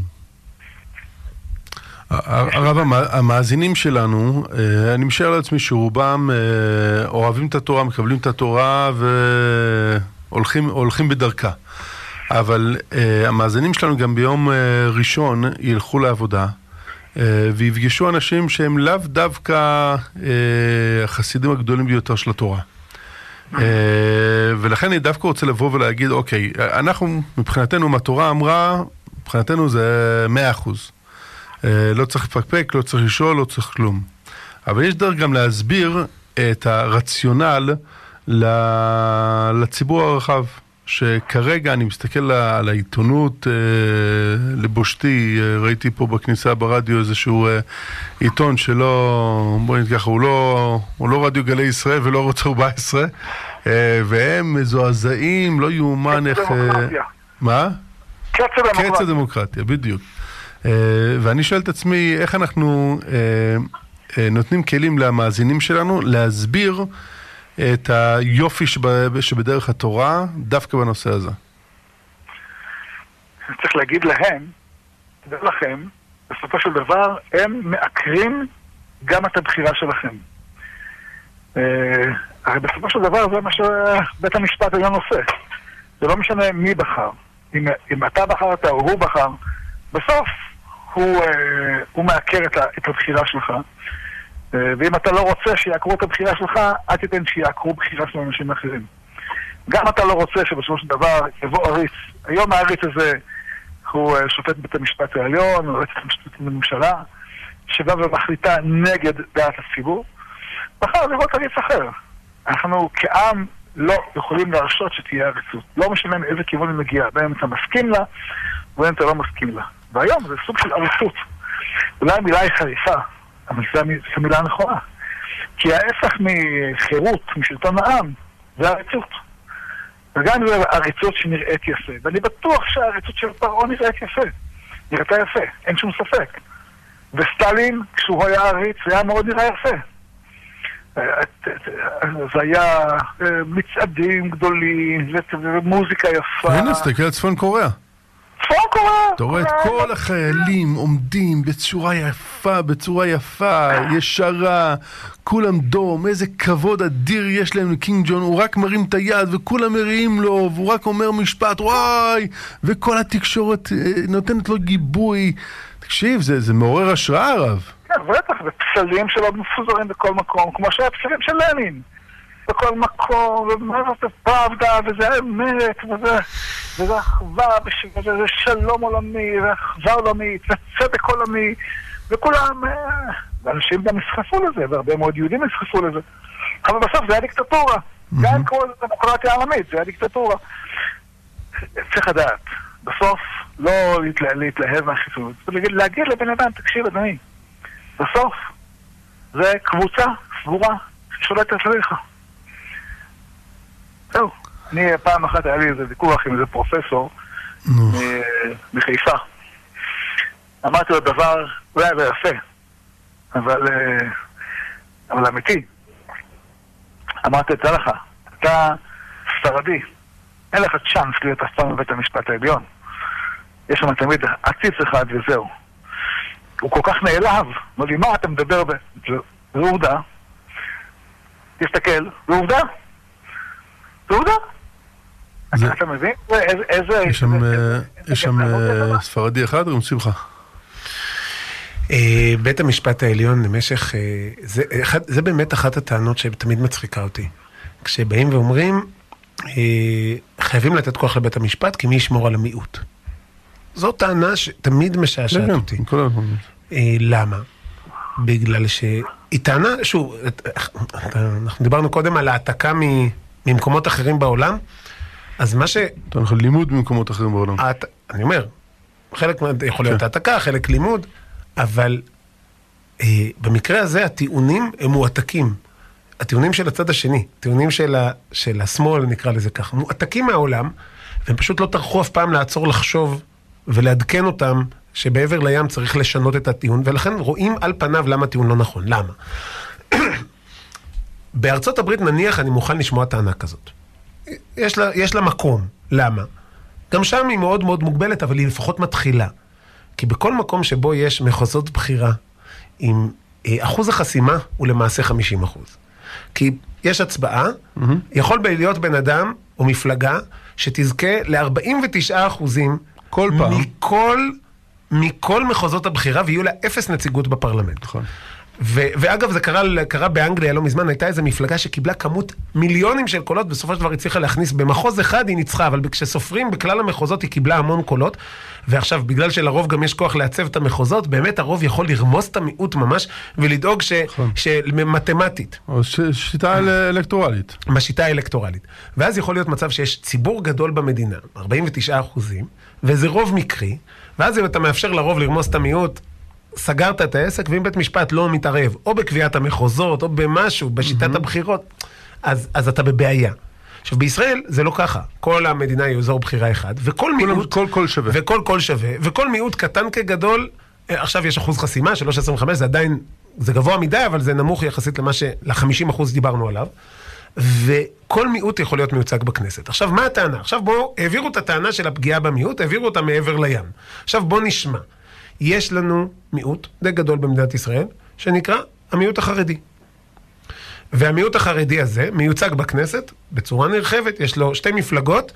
הרב, המאזינים שלנו, אני משער לעצמי שרובם אוהבים את התורה, מקבלים את התורה והולכים בדרכה. אבל המאזינים שלנו גם ביום ראשון ילכו לעבודה ויפגשו אנשים שהם לאו דווקא החסידים הגדולים ביותר של התורה. ולכן אני דווקא רוצה לבוא ולהגיד, אוקיי, אנחנו מבחינתנו, התורה אמרה, מבחינתנו זה 100%. לא צריך לפקפק, לא צריך לשאול, לא צריך כלום. אבל יש דרך גם להסביר את הרציונל לציבור הרחב, שכרגע אני מסתכל על העיתונות, לבושתי, ראיתי פה בכניסה ברדיו איזשהו עיתון שלא, בואי נגיד ככה, הוא לא רדיו גלי ישראל ולא ערוץ 14, והם מזועזעים, לא יאומן איך... מה? קץ הדמוקרטיה, בדיוק. ואני שואל את עצמי, איך אנחנו נותנים כלים למאזינים שלנו להסביר את היופי שבדרך התורה, דווקא בנושא הזה. צריך להגיד להם, תדע לכם, בסופו של דבר, הם מעקרים גם את הבחירה שלכם. הרי בסופו של דבר זה מה שבית המשפט היום עושה. זה לא משנה מי בחר. אם אתה בחרת או הוא בחר, בסוף הוא מעקר את הבחירה שלך. ואם אתה לא רוצה שיעקרו את הבחירה שלך, אל תיתן שיעקרו בחירה של אנשים אחרים. גם אתה לא רוצה שבסופו של דבר יבוא עריץ. היום העריץ הזה הוא שופט בית המשפט העליון, הוא יועץ המשפטי לממשלה, שבא ומחליטה נגד דעת הציבור. מחר זה עוד עריץ אחר. אנחנו כעם לא יכולים להרשות שתהיה עריצות. לא משנה מאיזה כיוון היא מגיעה, בין אם אתה מסכים לה, ובין אם אתה לא מסכים לה. והיום זה סוג של עריצות. אולי המילה היא חריפה, אבל זו מילה נכונה. כי ההפך מחירות, משלטון העם, זה עריצות. וגם זה עריצות שנראית יפה. ואני בטוח שהעריצות של פרעה נראית יפה. נראתה יפה, אין שום ספק. וסטלין, כשהוא היה עריץ, זה היה מאוד נראה יפה. זה היה מצעדים גדולים, ומוזיקה יפה. הנה, תסתכל על צפון קוריאה. צפון קוריאה! אתה רואה את כל החיילים עומדים בצורה יפה, ישרה, כולם דום, איזה כבוד אדיר יש להם לקינג ג'ון, הוא רק מרים את היד וכולם מריעים לו, והוא רק אומר משפט, וואי, וכל התקשורת נותנת לו גיבוי. תקשיב, זה מעורר השראה, הרב. כן, בטח, ופסלים שלו מפוזרים בכל מקום, כמו שהיה פסלים של לנין. בכל מקום, ומה זה פרבדה, וזה האמת, וזה אחווה, וזה שלום עולמי, ואחווה עולמית, וצדק עולמי, וכולם, ואנשים גם נסחפו לזה, והרבה מאוד יהודים נסחפו לזה. אבל בסוף זה היה דיקטטורה. גם כמו דמוקרטיה עולמית, זה היה דיקטטורה. צריך לדעת, בסוף לא להתלהב מהחיצונות, להגיד לבן אדם, תקשיב אדוני, בסוף זה קבוצה סגורה ששולטת עליך. זהו. אני פעם אחת היה לי איזה ויכוח עם איזה פרופסור מחיפה. אמרתי לו דבר אולי לא יפה, אבל אמיתי. אמרתי, תדע לך, אתה ספרדי, אין לך צ'אנס להיות אף פעם בבית המשפט העליון. יש שם תמיד עציץ אחד וזהו. הוא כל כך נעלב, אמר לי, מה אתה מדבר זה עובדה. תסתכל, זה עובדה. זה עובדה. אתה מבין? יש שם ספרדי אחד, רם שמחה. בית המשפט העליון למשך, זה באמת אחת הטענות שתמיד מצחיקה אותי. כשבאים ואומרים, חייבים לתת כוח לבית המשפט, כי מי ישמור על המיעוט. זו טענה שתמיד משעשעת אותי. למה? בגלל שהיא טענה, שוב, אנחנו דיברנו קודם על העתקה ממקומות אחרים בעולם, אז מה אנחנו לימוד ממקומות אחרים בעולם. אני אומר, חלק יכול להיות העתקה, חלק לימוד, אבל במקרה הזה הטיעונים הם מועתקים. הטיעונים של הצד השני, טיעונים של השמאל, נקרא לזה כך, מועתקים מהעולם, והם פשוט לא טרחו אף פעם לעצור לחשוב ולעדכן אותם שבעבר לים צריך לשנות את הטיעון, ולכן רואים על פניו למה הטיעון לא נכון. למה? בארצות הברית נניח אני מוכן לשמוע טענה כזאת. יש לה מקום. למה? גם שם היא מאוד מאוד מוגבלת, אבל היא לפחות מתחילה. כי בכל מקום שבו יש מחוזות בחירה, עם אחוז החסימה הוא למעשה 50%. כי יש הצבעה, יכול להיות בן אדם או מפלגה שתזכה ל-49% כל פעם. מכל מחוזות הבחירה, ויהיו לה 0 נציגות בפרלמנט. נכון. ואגב, זה קרה באנגליה לא מזמן, הייתה איזו מפלגה שקיבלה כמות מיליונים של קולות, בסופו של דבר הצליחה להכניס במחוז אחד היא ניצחה, אבל כשסופרים בכלל המחוזות היא קיבלה המון קולות, ועכשיו בגלל שלרוב גם יש כוח לעצב את המחוזות, באמת הרוב יכול לרמוס את המיעוט ממש, ולדאוג מתמטית. או שיטה אלקטורלית. בשיטה האלקטורלית. ואז יכול להיות מצב שיש ציבור גדול במדינה, 49%, וזה רוב מקרי, ואז אם אתה מאפשר לרוב לרמוס את המיעוט, סגרת את העסק, ואם בית משפט לא מתערב, או בקביעת המחוזות, או במשהו, בשיטת הבחירות, אז אתה בבעיה. עכשיו, בישראל זה לא ככה. כל המדינה היא אזור בחירה אחד, וכל מיעוט... כל שווה. וכל שווה, וכל מיעוט קטן כגדול, עכשיו יש אחוז חסימה של 3.25, זה עדיין, זה גבוה מדי, אבל זה נמוך יחסית ל-50% דיברנו עליו, וכל מיעוט יכול להיות מיוצג בכנסת. עכשיו, מה הטענה? עכשיו בואו, העבירו את הטענה של הפגיעה במיעוט, העבירו אותה מעבר לים. עכשיו בואו נשמע. יש לנו מיעוט די גדול במדינת ישראל, שנקרא המיעוט החרדי. והמיעוט החרדי הזה מיוצג בכנסת בצורה נרחבת, יש לו 2 מפלגות,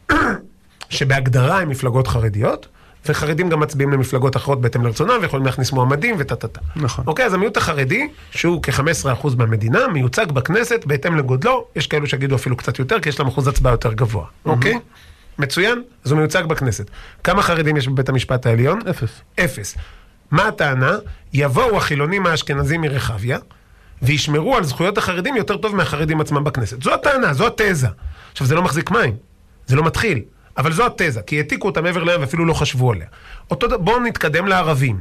שבהגדרה הן מפלגות חרדיות, וחרדים גם מצביעים למפלגות אחרות בהתאם לרצונם, ויכולים להכניס מועמדים וטטטה. נכון. אוקיי, אז המיעוט החרדי, שהוא כ-15% מהמדינה, מיוצג בכנסת בהתאם לגודלו, יש כאלו שיגידו אפילו קצת יותר, כי יש להם אחוז הצבעה יותר גבוה. אוקיי? מצוין? אז הוא מיוצג בכנסת. כמה חרדים יש בבית המשפט העליון? 0. מה הטענה? יבואו החילונים האשכנזים מרחביה, וישמרו על זכויות החרדים יותר טוב מהחרדים עצמם בכנסת. זו הטענה, זו התזה. עכשיו, זה לא מחזיק מים, זה לא מתחיל, אבל זו התזה, כי העתיקו אותה מעבר להם ואפילו לא חשבו עליה. בואו נתקדם לערבים.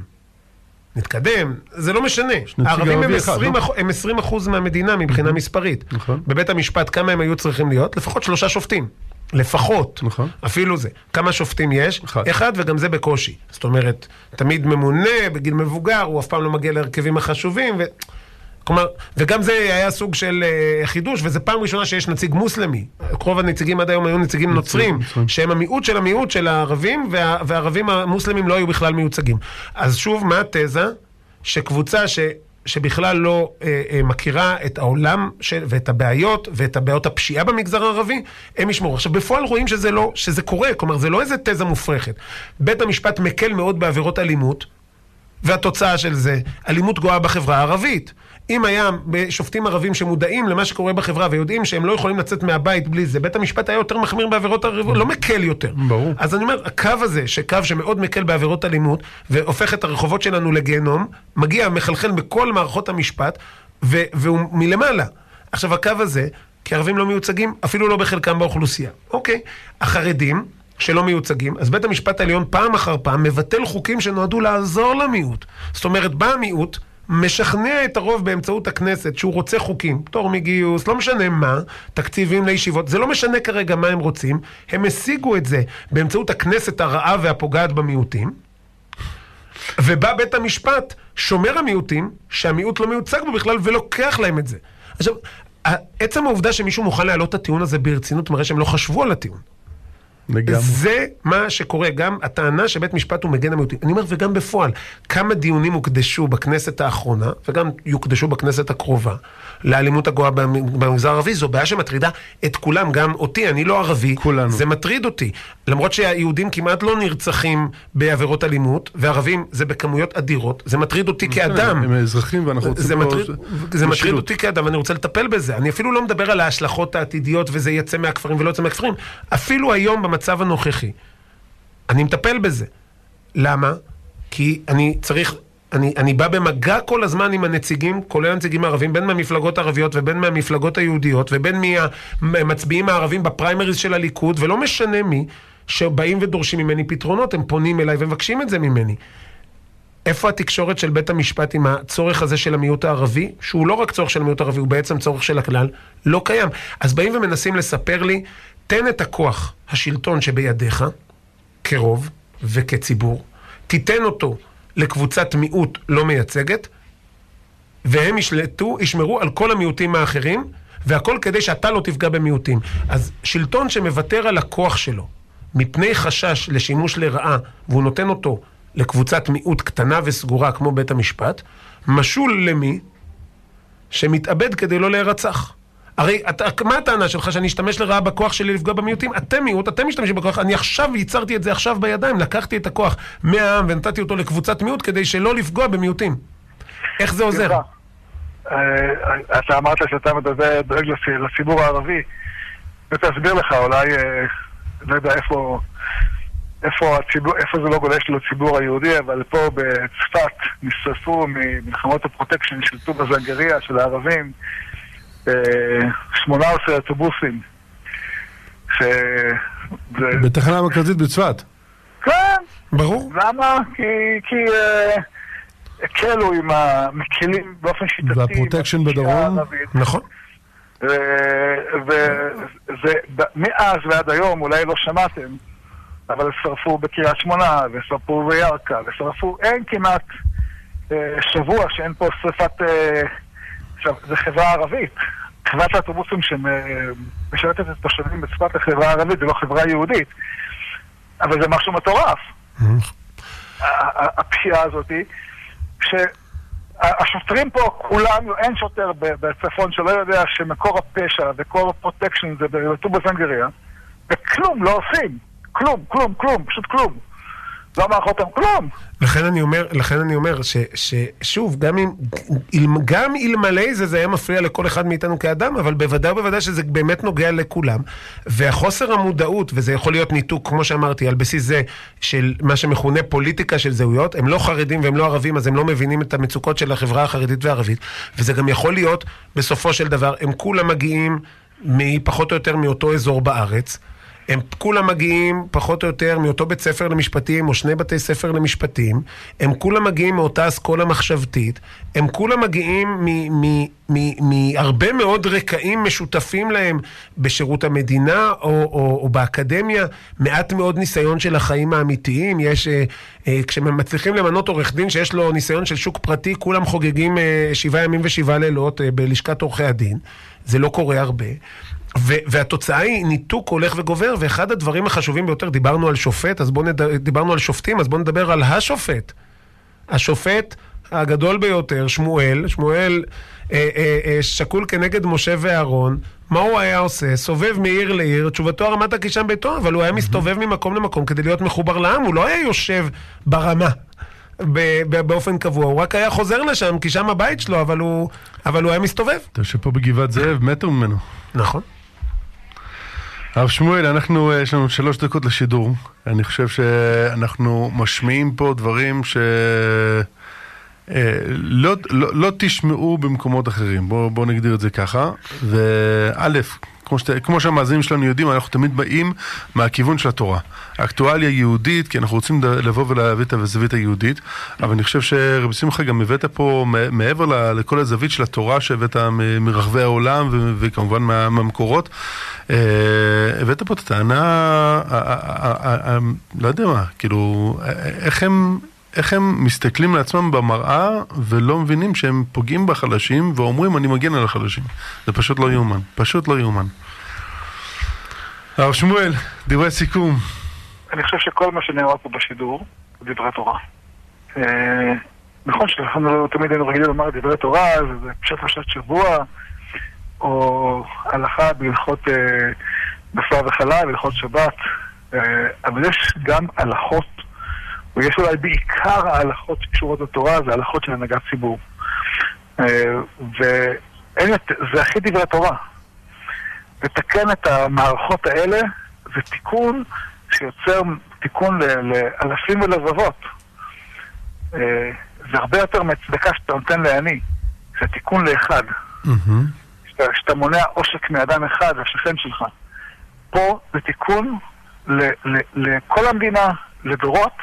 נתקדם, זה לא משנה. הערבים הם 20% מהמדינה מבחינה מספרית. בבית המשפט, כמה הם היו צריכים להיות? לפחות 3 שופטים. לפחות, נכון. אפילו זה. כמה שופטים יש? אחד, וגם זה בקושי. זאת אומרת, תמיד ממונה, בגיל מבוגר, הוא אף פעם לא מגיע להרכבים החשובים, כלומר, וגם זה היה סוג של חידוש, וזה פעם ראשונה שיש נציג מוסלמי. רוב הנציגים עד היום היו נציגים נוצרים, שהם המיעוט של הערבים, והערבים המוסלמים לא היו בכלל מיוצגים. אז שוב, מה התזה? שקבוצה שבכלל לא מכירה את העולם ואת הבעיות, ואת הבעיות הפשיעה במגזר הערבי, הם ישמרו. עכשיו, בפועל רואים שזה קורה, כלומר, זה לא איזה תזה מופרכת. בית המשפט מקל מאוד בעבירות אלימות, והתוצאה של זה, אלימות גואה בחברה הערבית. אם היה שופטים ערבים שמודעים למה שקורה בחברה, ויודעים שהם לא יכולים לצאת מהבית בלי זה, בית המשפט היה יותר מחמיר בעבירות אלימות, לא מקל יותר. ברור. אז אני אומר, הקו הזה, שקו שמאוד מקל בעבירות אלימות, והופך את הרחובות שלנו לגיהנום, מגיע, מחלחל בכל מערכות המשפט, והוא מלמעלה. עכשיו, הקו הזה, כי ערבים לא מיוצגים, אפילו לא בחלקם באוכלוסייה. אוקיי, החרדים שלא מיוצגים, אז בית המשפט העליון פעם אחר פעם מבטל חוקים שנועדו לעזור למיעוט. זאת אומרת, בא המיעוט, משכנע את הרוב באמצעות הכנסת שהוא רוצה חוקים, פטור מגיוס, לא משנה מה, תקציבים לישיבות, זה לא משנה כרגע מה הם רוצים, הם השיגו את זה באמצעות הכנסת הרעה והפוגעת במיעוטים, ובא בית המשפט, שומר המיעוטים, שהמיעוט לא מיוצג בו בכלל ולוקח להם את זה. עכשיו, עצם העובדה שמישהו מוכן להעלות את הטיעון הזה ברצינות, מראה שהם לא חשבו על הטיעון. זה מה שקורה, גם הטענה שבית משפט הוא מגן המיעוטים. אני אומר, וגם בפועל, כמה דיונים הוקדשו בכנסת האחרונה, וגם יוקדשו בכנסת הקרובה, לאלימות הגואה במגזר הערבי, זו בעיה שמטרידה את כולם, גם אותי, אני לא ערבי, כולנו. זה מטריד אותי. למרות שהיהודים כמעט לא נרצחים בעבירות אלימות, וערבים זה בכמויות אדירות, זה מטריד אותי כאדם. הם אזרחים ואנחנו רוצים זה מטריד אותי כאדם, ואני רוצה לטפל בזה. אני אפילו לא מדבר על ההשלכות העתידיות, וזה יצא מהכפרים ולא יצא מהכפרים. אפילו היום במצב הנוכחי, אני מטפל בזה. למה? כי אני בא במגע כל הזמן עם הנציגים, כולל הנציגים הערבים, בין מהמפלגות הערביות ובין מהמפלגות היהודיות, ובין מהמצביעים הערבים בפריימריז של הליכוד, ולא משנה מי, שבאים ודורשים ממני פתרונות, הם פונים אליי ומבקשים את זה ממני. איפה התקשורת של בית המשפט עם הצורך הזה של המיעוט הערבי, שהוא לא רק צורך של המיעוט הערבי, הוא בעצם צורך של הכלל, לא קיים. אז באים ומנסים לספר לי, תן את הכוח השלטון שבידיך, כרוב, וכציבור, תיתן אותו לקבוצת מיעוט לא מייצגת, והם ישמרו על כל המיעוטים האחרים, והכל כדי שאתה לא תפגע במיעוטים. אז שלטון שמוותר על הכוח שלו, מפני חשש לשימוש לרעה, והוא נותן אותו לקבוצת מיעוט קטנה וסגורה כמו בית המשפט, משול למי שמתאבד כדי לא להירצח. הרי מה הטענה שלך שאני אשתמש לרעה בכוח שלי לפגוע במיעוטים? אתם מיעוט, אתם משתמשים בכוח, אני עכשיו ייצרתי את זה עכשיו בידיים, לקחתי את הכוח מהעם ונתתי אותו לקבוצת מיעוט כדי שלא לפגוע במיעוטים. איך זה עוזר? אתה אמרת שאתה דואג לציבור הערבי, ותסביר לך, אולי לא יודע איפה זה לא גולש לציבור היהודי, אבל פה בצפת נשרפו ממלחמות הפרוטקשן של טובא זנגריה של הערבים 18 אוטובוסים בתחנה המרכזית בצפת. כן, ברור. למה? כי הקלו עם המקלים באופן שיטתי והפרוטקשן בדרום, נכון. ומאז ועד היום אולי לא שמעתם, אבל שרפו בקריית שמונה ושרפו בירכא ושרפו, אין כמעט שבוע שאין פה שרפת, זה חברה ערבית, חברת האוטובוסים שמשרתת את התושבים בצפת לחברה ערבית, זה לא חברה יהודית, אבל זה משהו מטורף. הפשיעה הזאת שהשוטרים פה כולם, אין שוטר בצפון שלא יודע שמקור הפשע וקור הפרוטקשן זה בטובא זנגריה, וכלום לא עושים, כלום, פשוט כלום. לא מערכות אותם כלום. לכן אני אומר ששוב, גם אלמלא זה היה מפריע לכל אחד מאיתנו כאדם, אבל בוודאי שזה באמת נוגע לכולם. והחוסר המודעות, וזה יכול להיות ניתוק, כמו שאמרתי, על בסיס זה של מה שמכונה פוליטיקה של זהויות, הם לא חרדים והם לא ערבים, אז הם לא מבינים את המצוקות של החברה החרדית והערבית, וזה גם יכול להיות, בסופו של דבר, הם כולם מגיעים פחות או יותר מאותו אזור בארץ, הם כולם מגיעים פחות או יותר מאותו בית ספר למשפטים או שני בתי ספר למשפטים, הם כולם מגיעים מאותה אסכולה מחשבתית, הם כולם מגיעים מהרבה מאוד רקעים משותפים להם בשירות המדינה או באקדמיה, מעט מאוד ניסיון של החיים האמיתיים. יש, כשמצליחים למנות עורך דין שיש לו ניסיון של שוק פרטי, כולם חוגגים 7 ימים ו7 לילות בלשכת עורכי הדין, זה לא קורה הרבה. והתוצאה היא ניתוק הולך וגובר, ואחד הדברים החשובים ביותר, דיברנו על שופט, דיברנו על שופטים, אז בואו נדבר על השופט. השופט הגדול ביותר, שמואל שקול כנגד משה ואהרון, מה הוא היה עושה? סובב מעיר לעיר, תשובתו הרמת הקישם ביתו, אבל הוא היה מסתובב ממקום למקום כדי להיות מחובר לעם, הוא לא היה יושב ברמה באופן קבוע, הוא רק היה חוזר לשם, כי שם הבית שלו, אבל הוא היה מסתובב. אתה יושב פה בגבעת זאב, מתו ממנו. נכון. הרב שמואל, יש לנו 3 דקות לשידור. אני חושב שאנחנו משמיעים פה דברים לא תשמעו במקומות אחרים. בואו נגדיר את זה ככה. וא', כמו שהמאזינים שלנו יודעים, אנחנו תמיד באים מהכיוון של התורה. האקטואליה יהודית, כי אנחנו רוצים לבוא ולהביא את הזווית היהודית, אבל אני חושב שרבי שמחה גם הבאת פה, מעבר לכל הזווית של התורה שהבאת מרחבי העולם, וכמובן מהמקורות, הבאת פה את הטענה, לא יודע מה, כאילו, איך הם מסתכלים לעצמם במראה ולא מבינים שהם פוגעים בחלשים ואומרים אני מגן על החלשים. זה פשוט לא יאומן, פשוט לא יאומן. הרב שמואל, דברי סיכום. אני חושב שכל מה שנאמר פה בשידור הוא דברי תורה. נכון שאנחנו תמיד היינו רגילים לומר דברי תורה, זה פשט פרשת שבוע, או הלכה בהלכות בשר וחלב, בהלכות שבת, אבל יש גם הלכות, ויש אולי בעיקר ההלכות שקשורות לתורה, זה הלכות של הנהגת ציבור. וזה הכי דברי תורה. לתקן את המערכות האלה זה תיקון שיוצר תיקון לאלפים ולבבות. זה הרבה יותר מהצדקה שאתה נותן לעני. זה תיקון לאחד. שאתה מונע עושק מאדם אחד, השכן שלך. פה זה תיקון לכל המדינה, לדורות,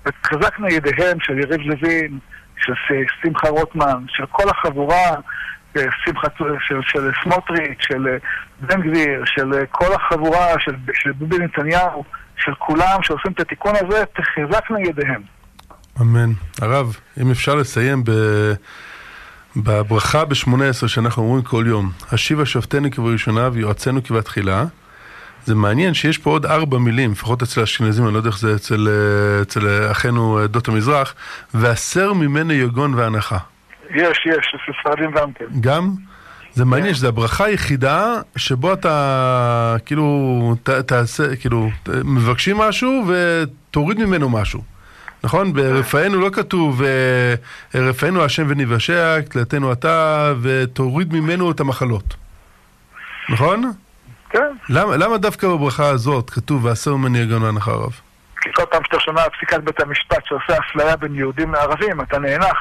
ותחזקנה ידיהם של יריב לוין, של שמחה רוטמן, של כל החבורה של סמוטריץ', של בן גביר, של כל החבורה, של ביבי נתניהו, של כולם שעושים את התיקון הזה, תחזקנה ידיהם. אמן. הרב, אם אפשר לסיים בברכה ב-18 שאנחנו אומרים כל יום, השיבה שופטנו כבראשונה ויועצנו כבתחילה, זה מעניין שיש פה עוד 4 מילים, לפחות אצל האשכנזים, אני לא יודע איך זה אצל אחינו עדות המזרח, והסר ממנו יגון והנחה. יש, ספרדים גם כן. גם? זה מעניין שזה הברכה היחידה שבו אתה תעשה, מבקשים משהו ותוריד ממנו משהו. נכון? ברפאנו לא כתוב, רפאנו השם וניוושע, תלתנו אתה, ותוריד ממנו את המחלות. נכון? כן. למה דווקא בברכה הזאת כתוב והסר ממנו יגון והנחה, הרב? כי כל פעם שאתה שומע פסיקת בית המשפט שעושה אפליה בין יהודים לערבים, אתה נאנח.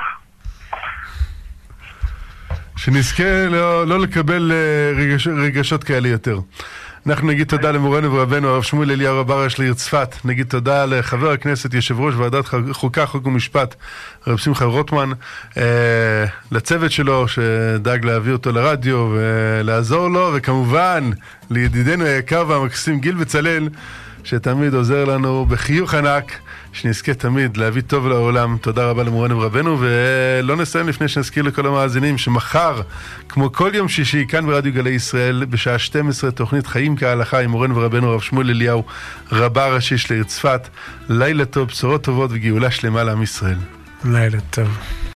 שנזכה לא לקבל רגשות כאלה יותר. אנחנו נגיד תודה למורנו ורבנו הרב שמואל אליהו רב הראשי לעיר צפת. נגיד תודה לחבר הכנסת יושב ראש ועדת חוקה חוק ומשפט רב שמחה רוטמן, לצוות שלו שדאג להביא אותו לרדיו ולעזור לו, וכמובן לידידנו היקר והמקסים גיל בצלאל שתמיד עוזר לנו בחיוך ענק, שנזכה תמיד להביא טוב לעולם. תודה רבה למורנו ורבנו, ולא נסיים לפני שנזכיר לכל המאזינים שמחר, כמו כל יום שישי, כאן ברדיו גלי ישראל, בשעה 12, תוכנית חיים כהלכה עם מורנו ורבנו הרב שמואל אליהו, רבה הראשי של העיר צפת. לילה טוב, בשורות טובות וגאולה שלמה לעם ישראל. לילה טוב.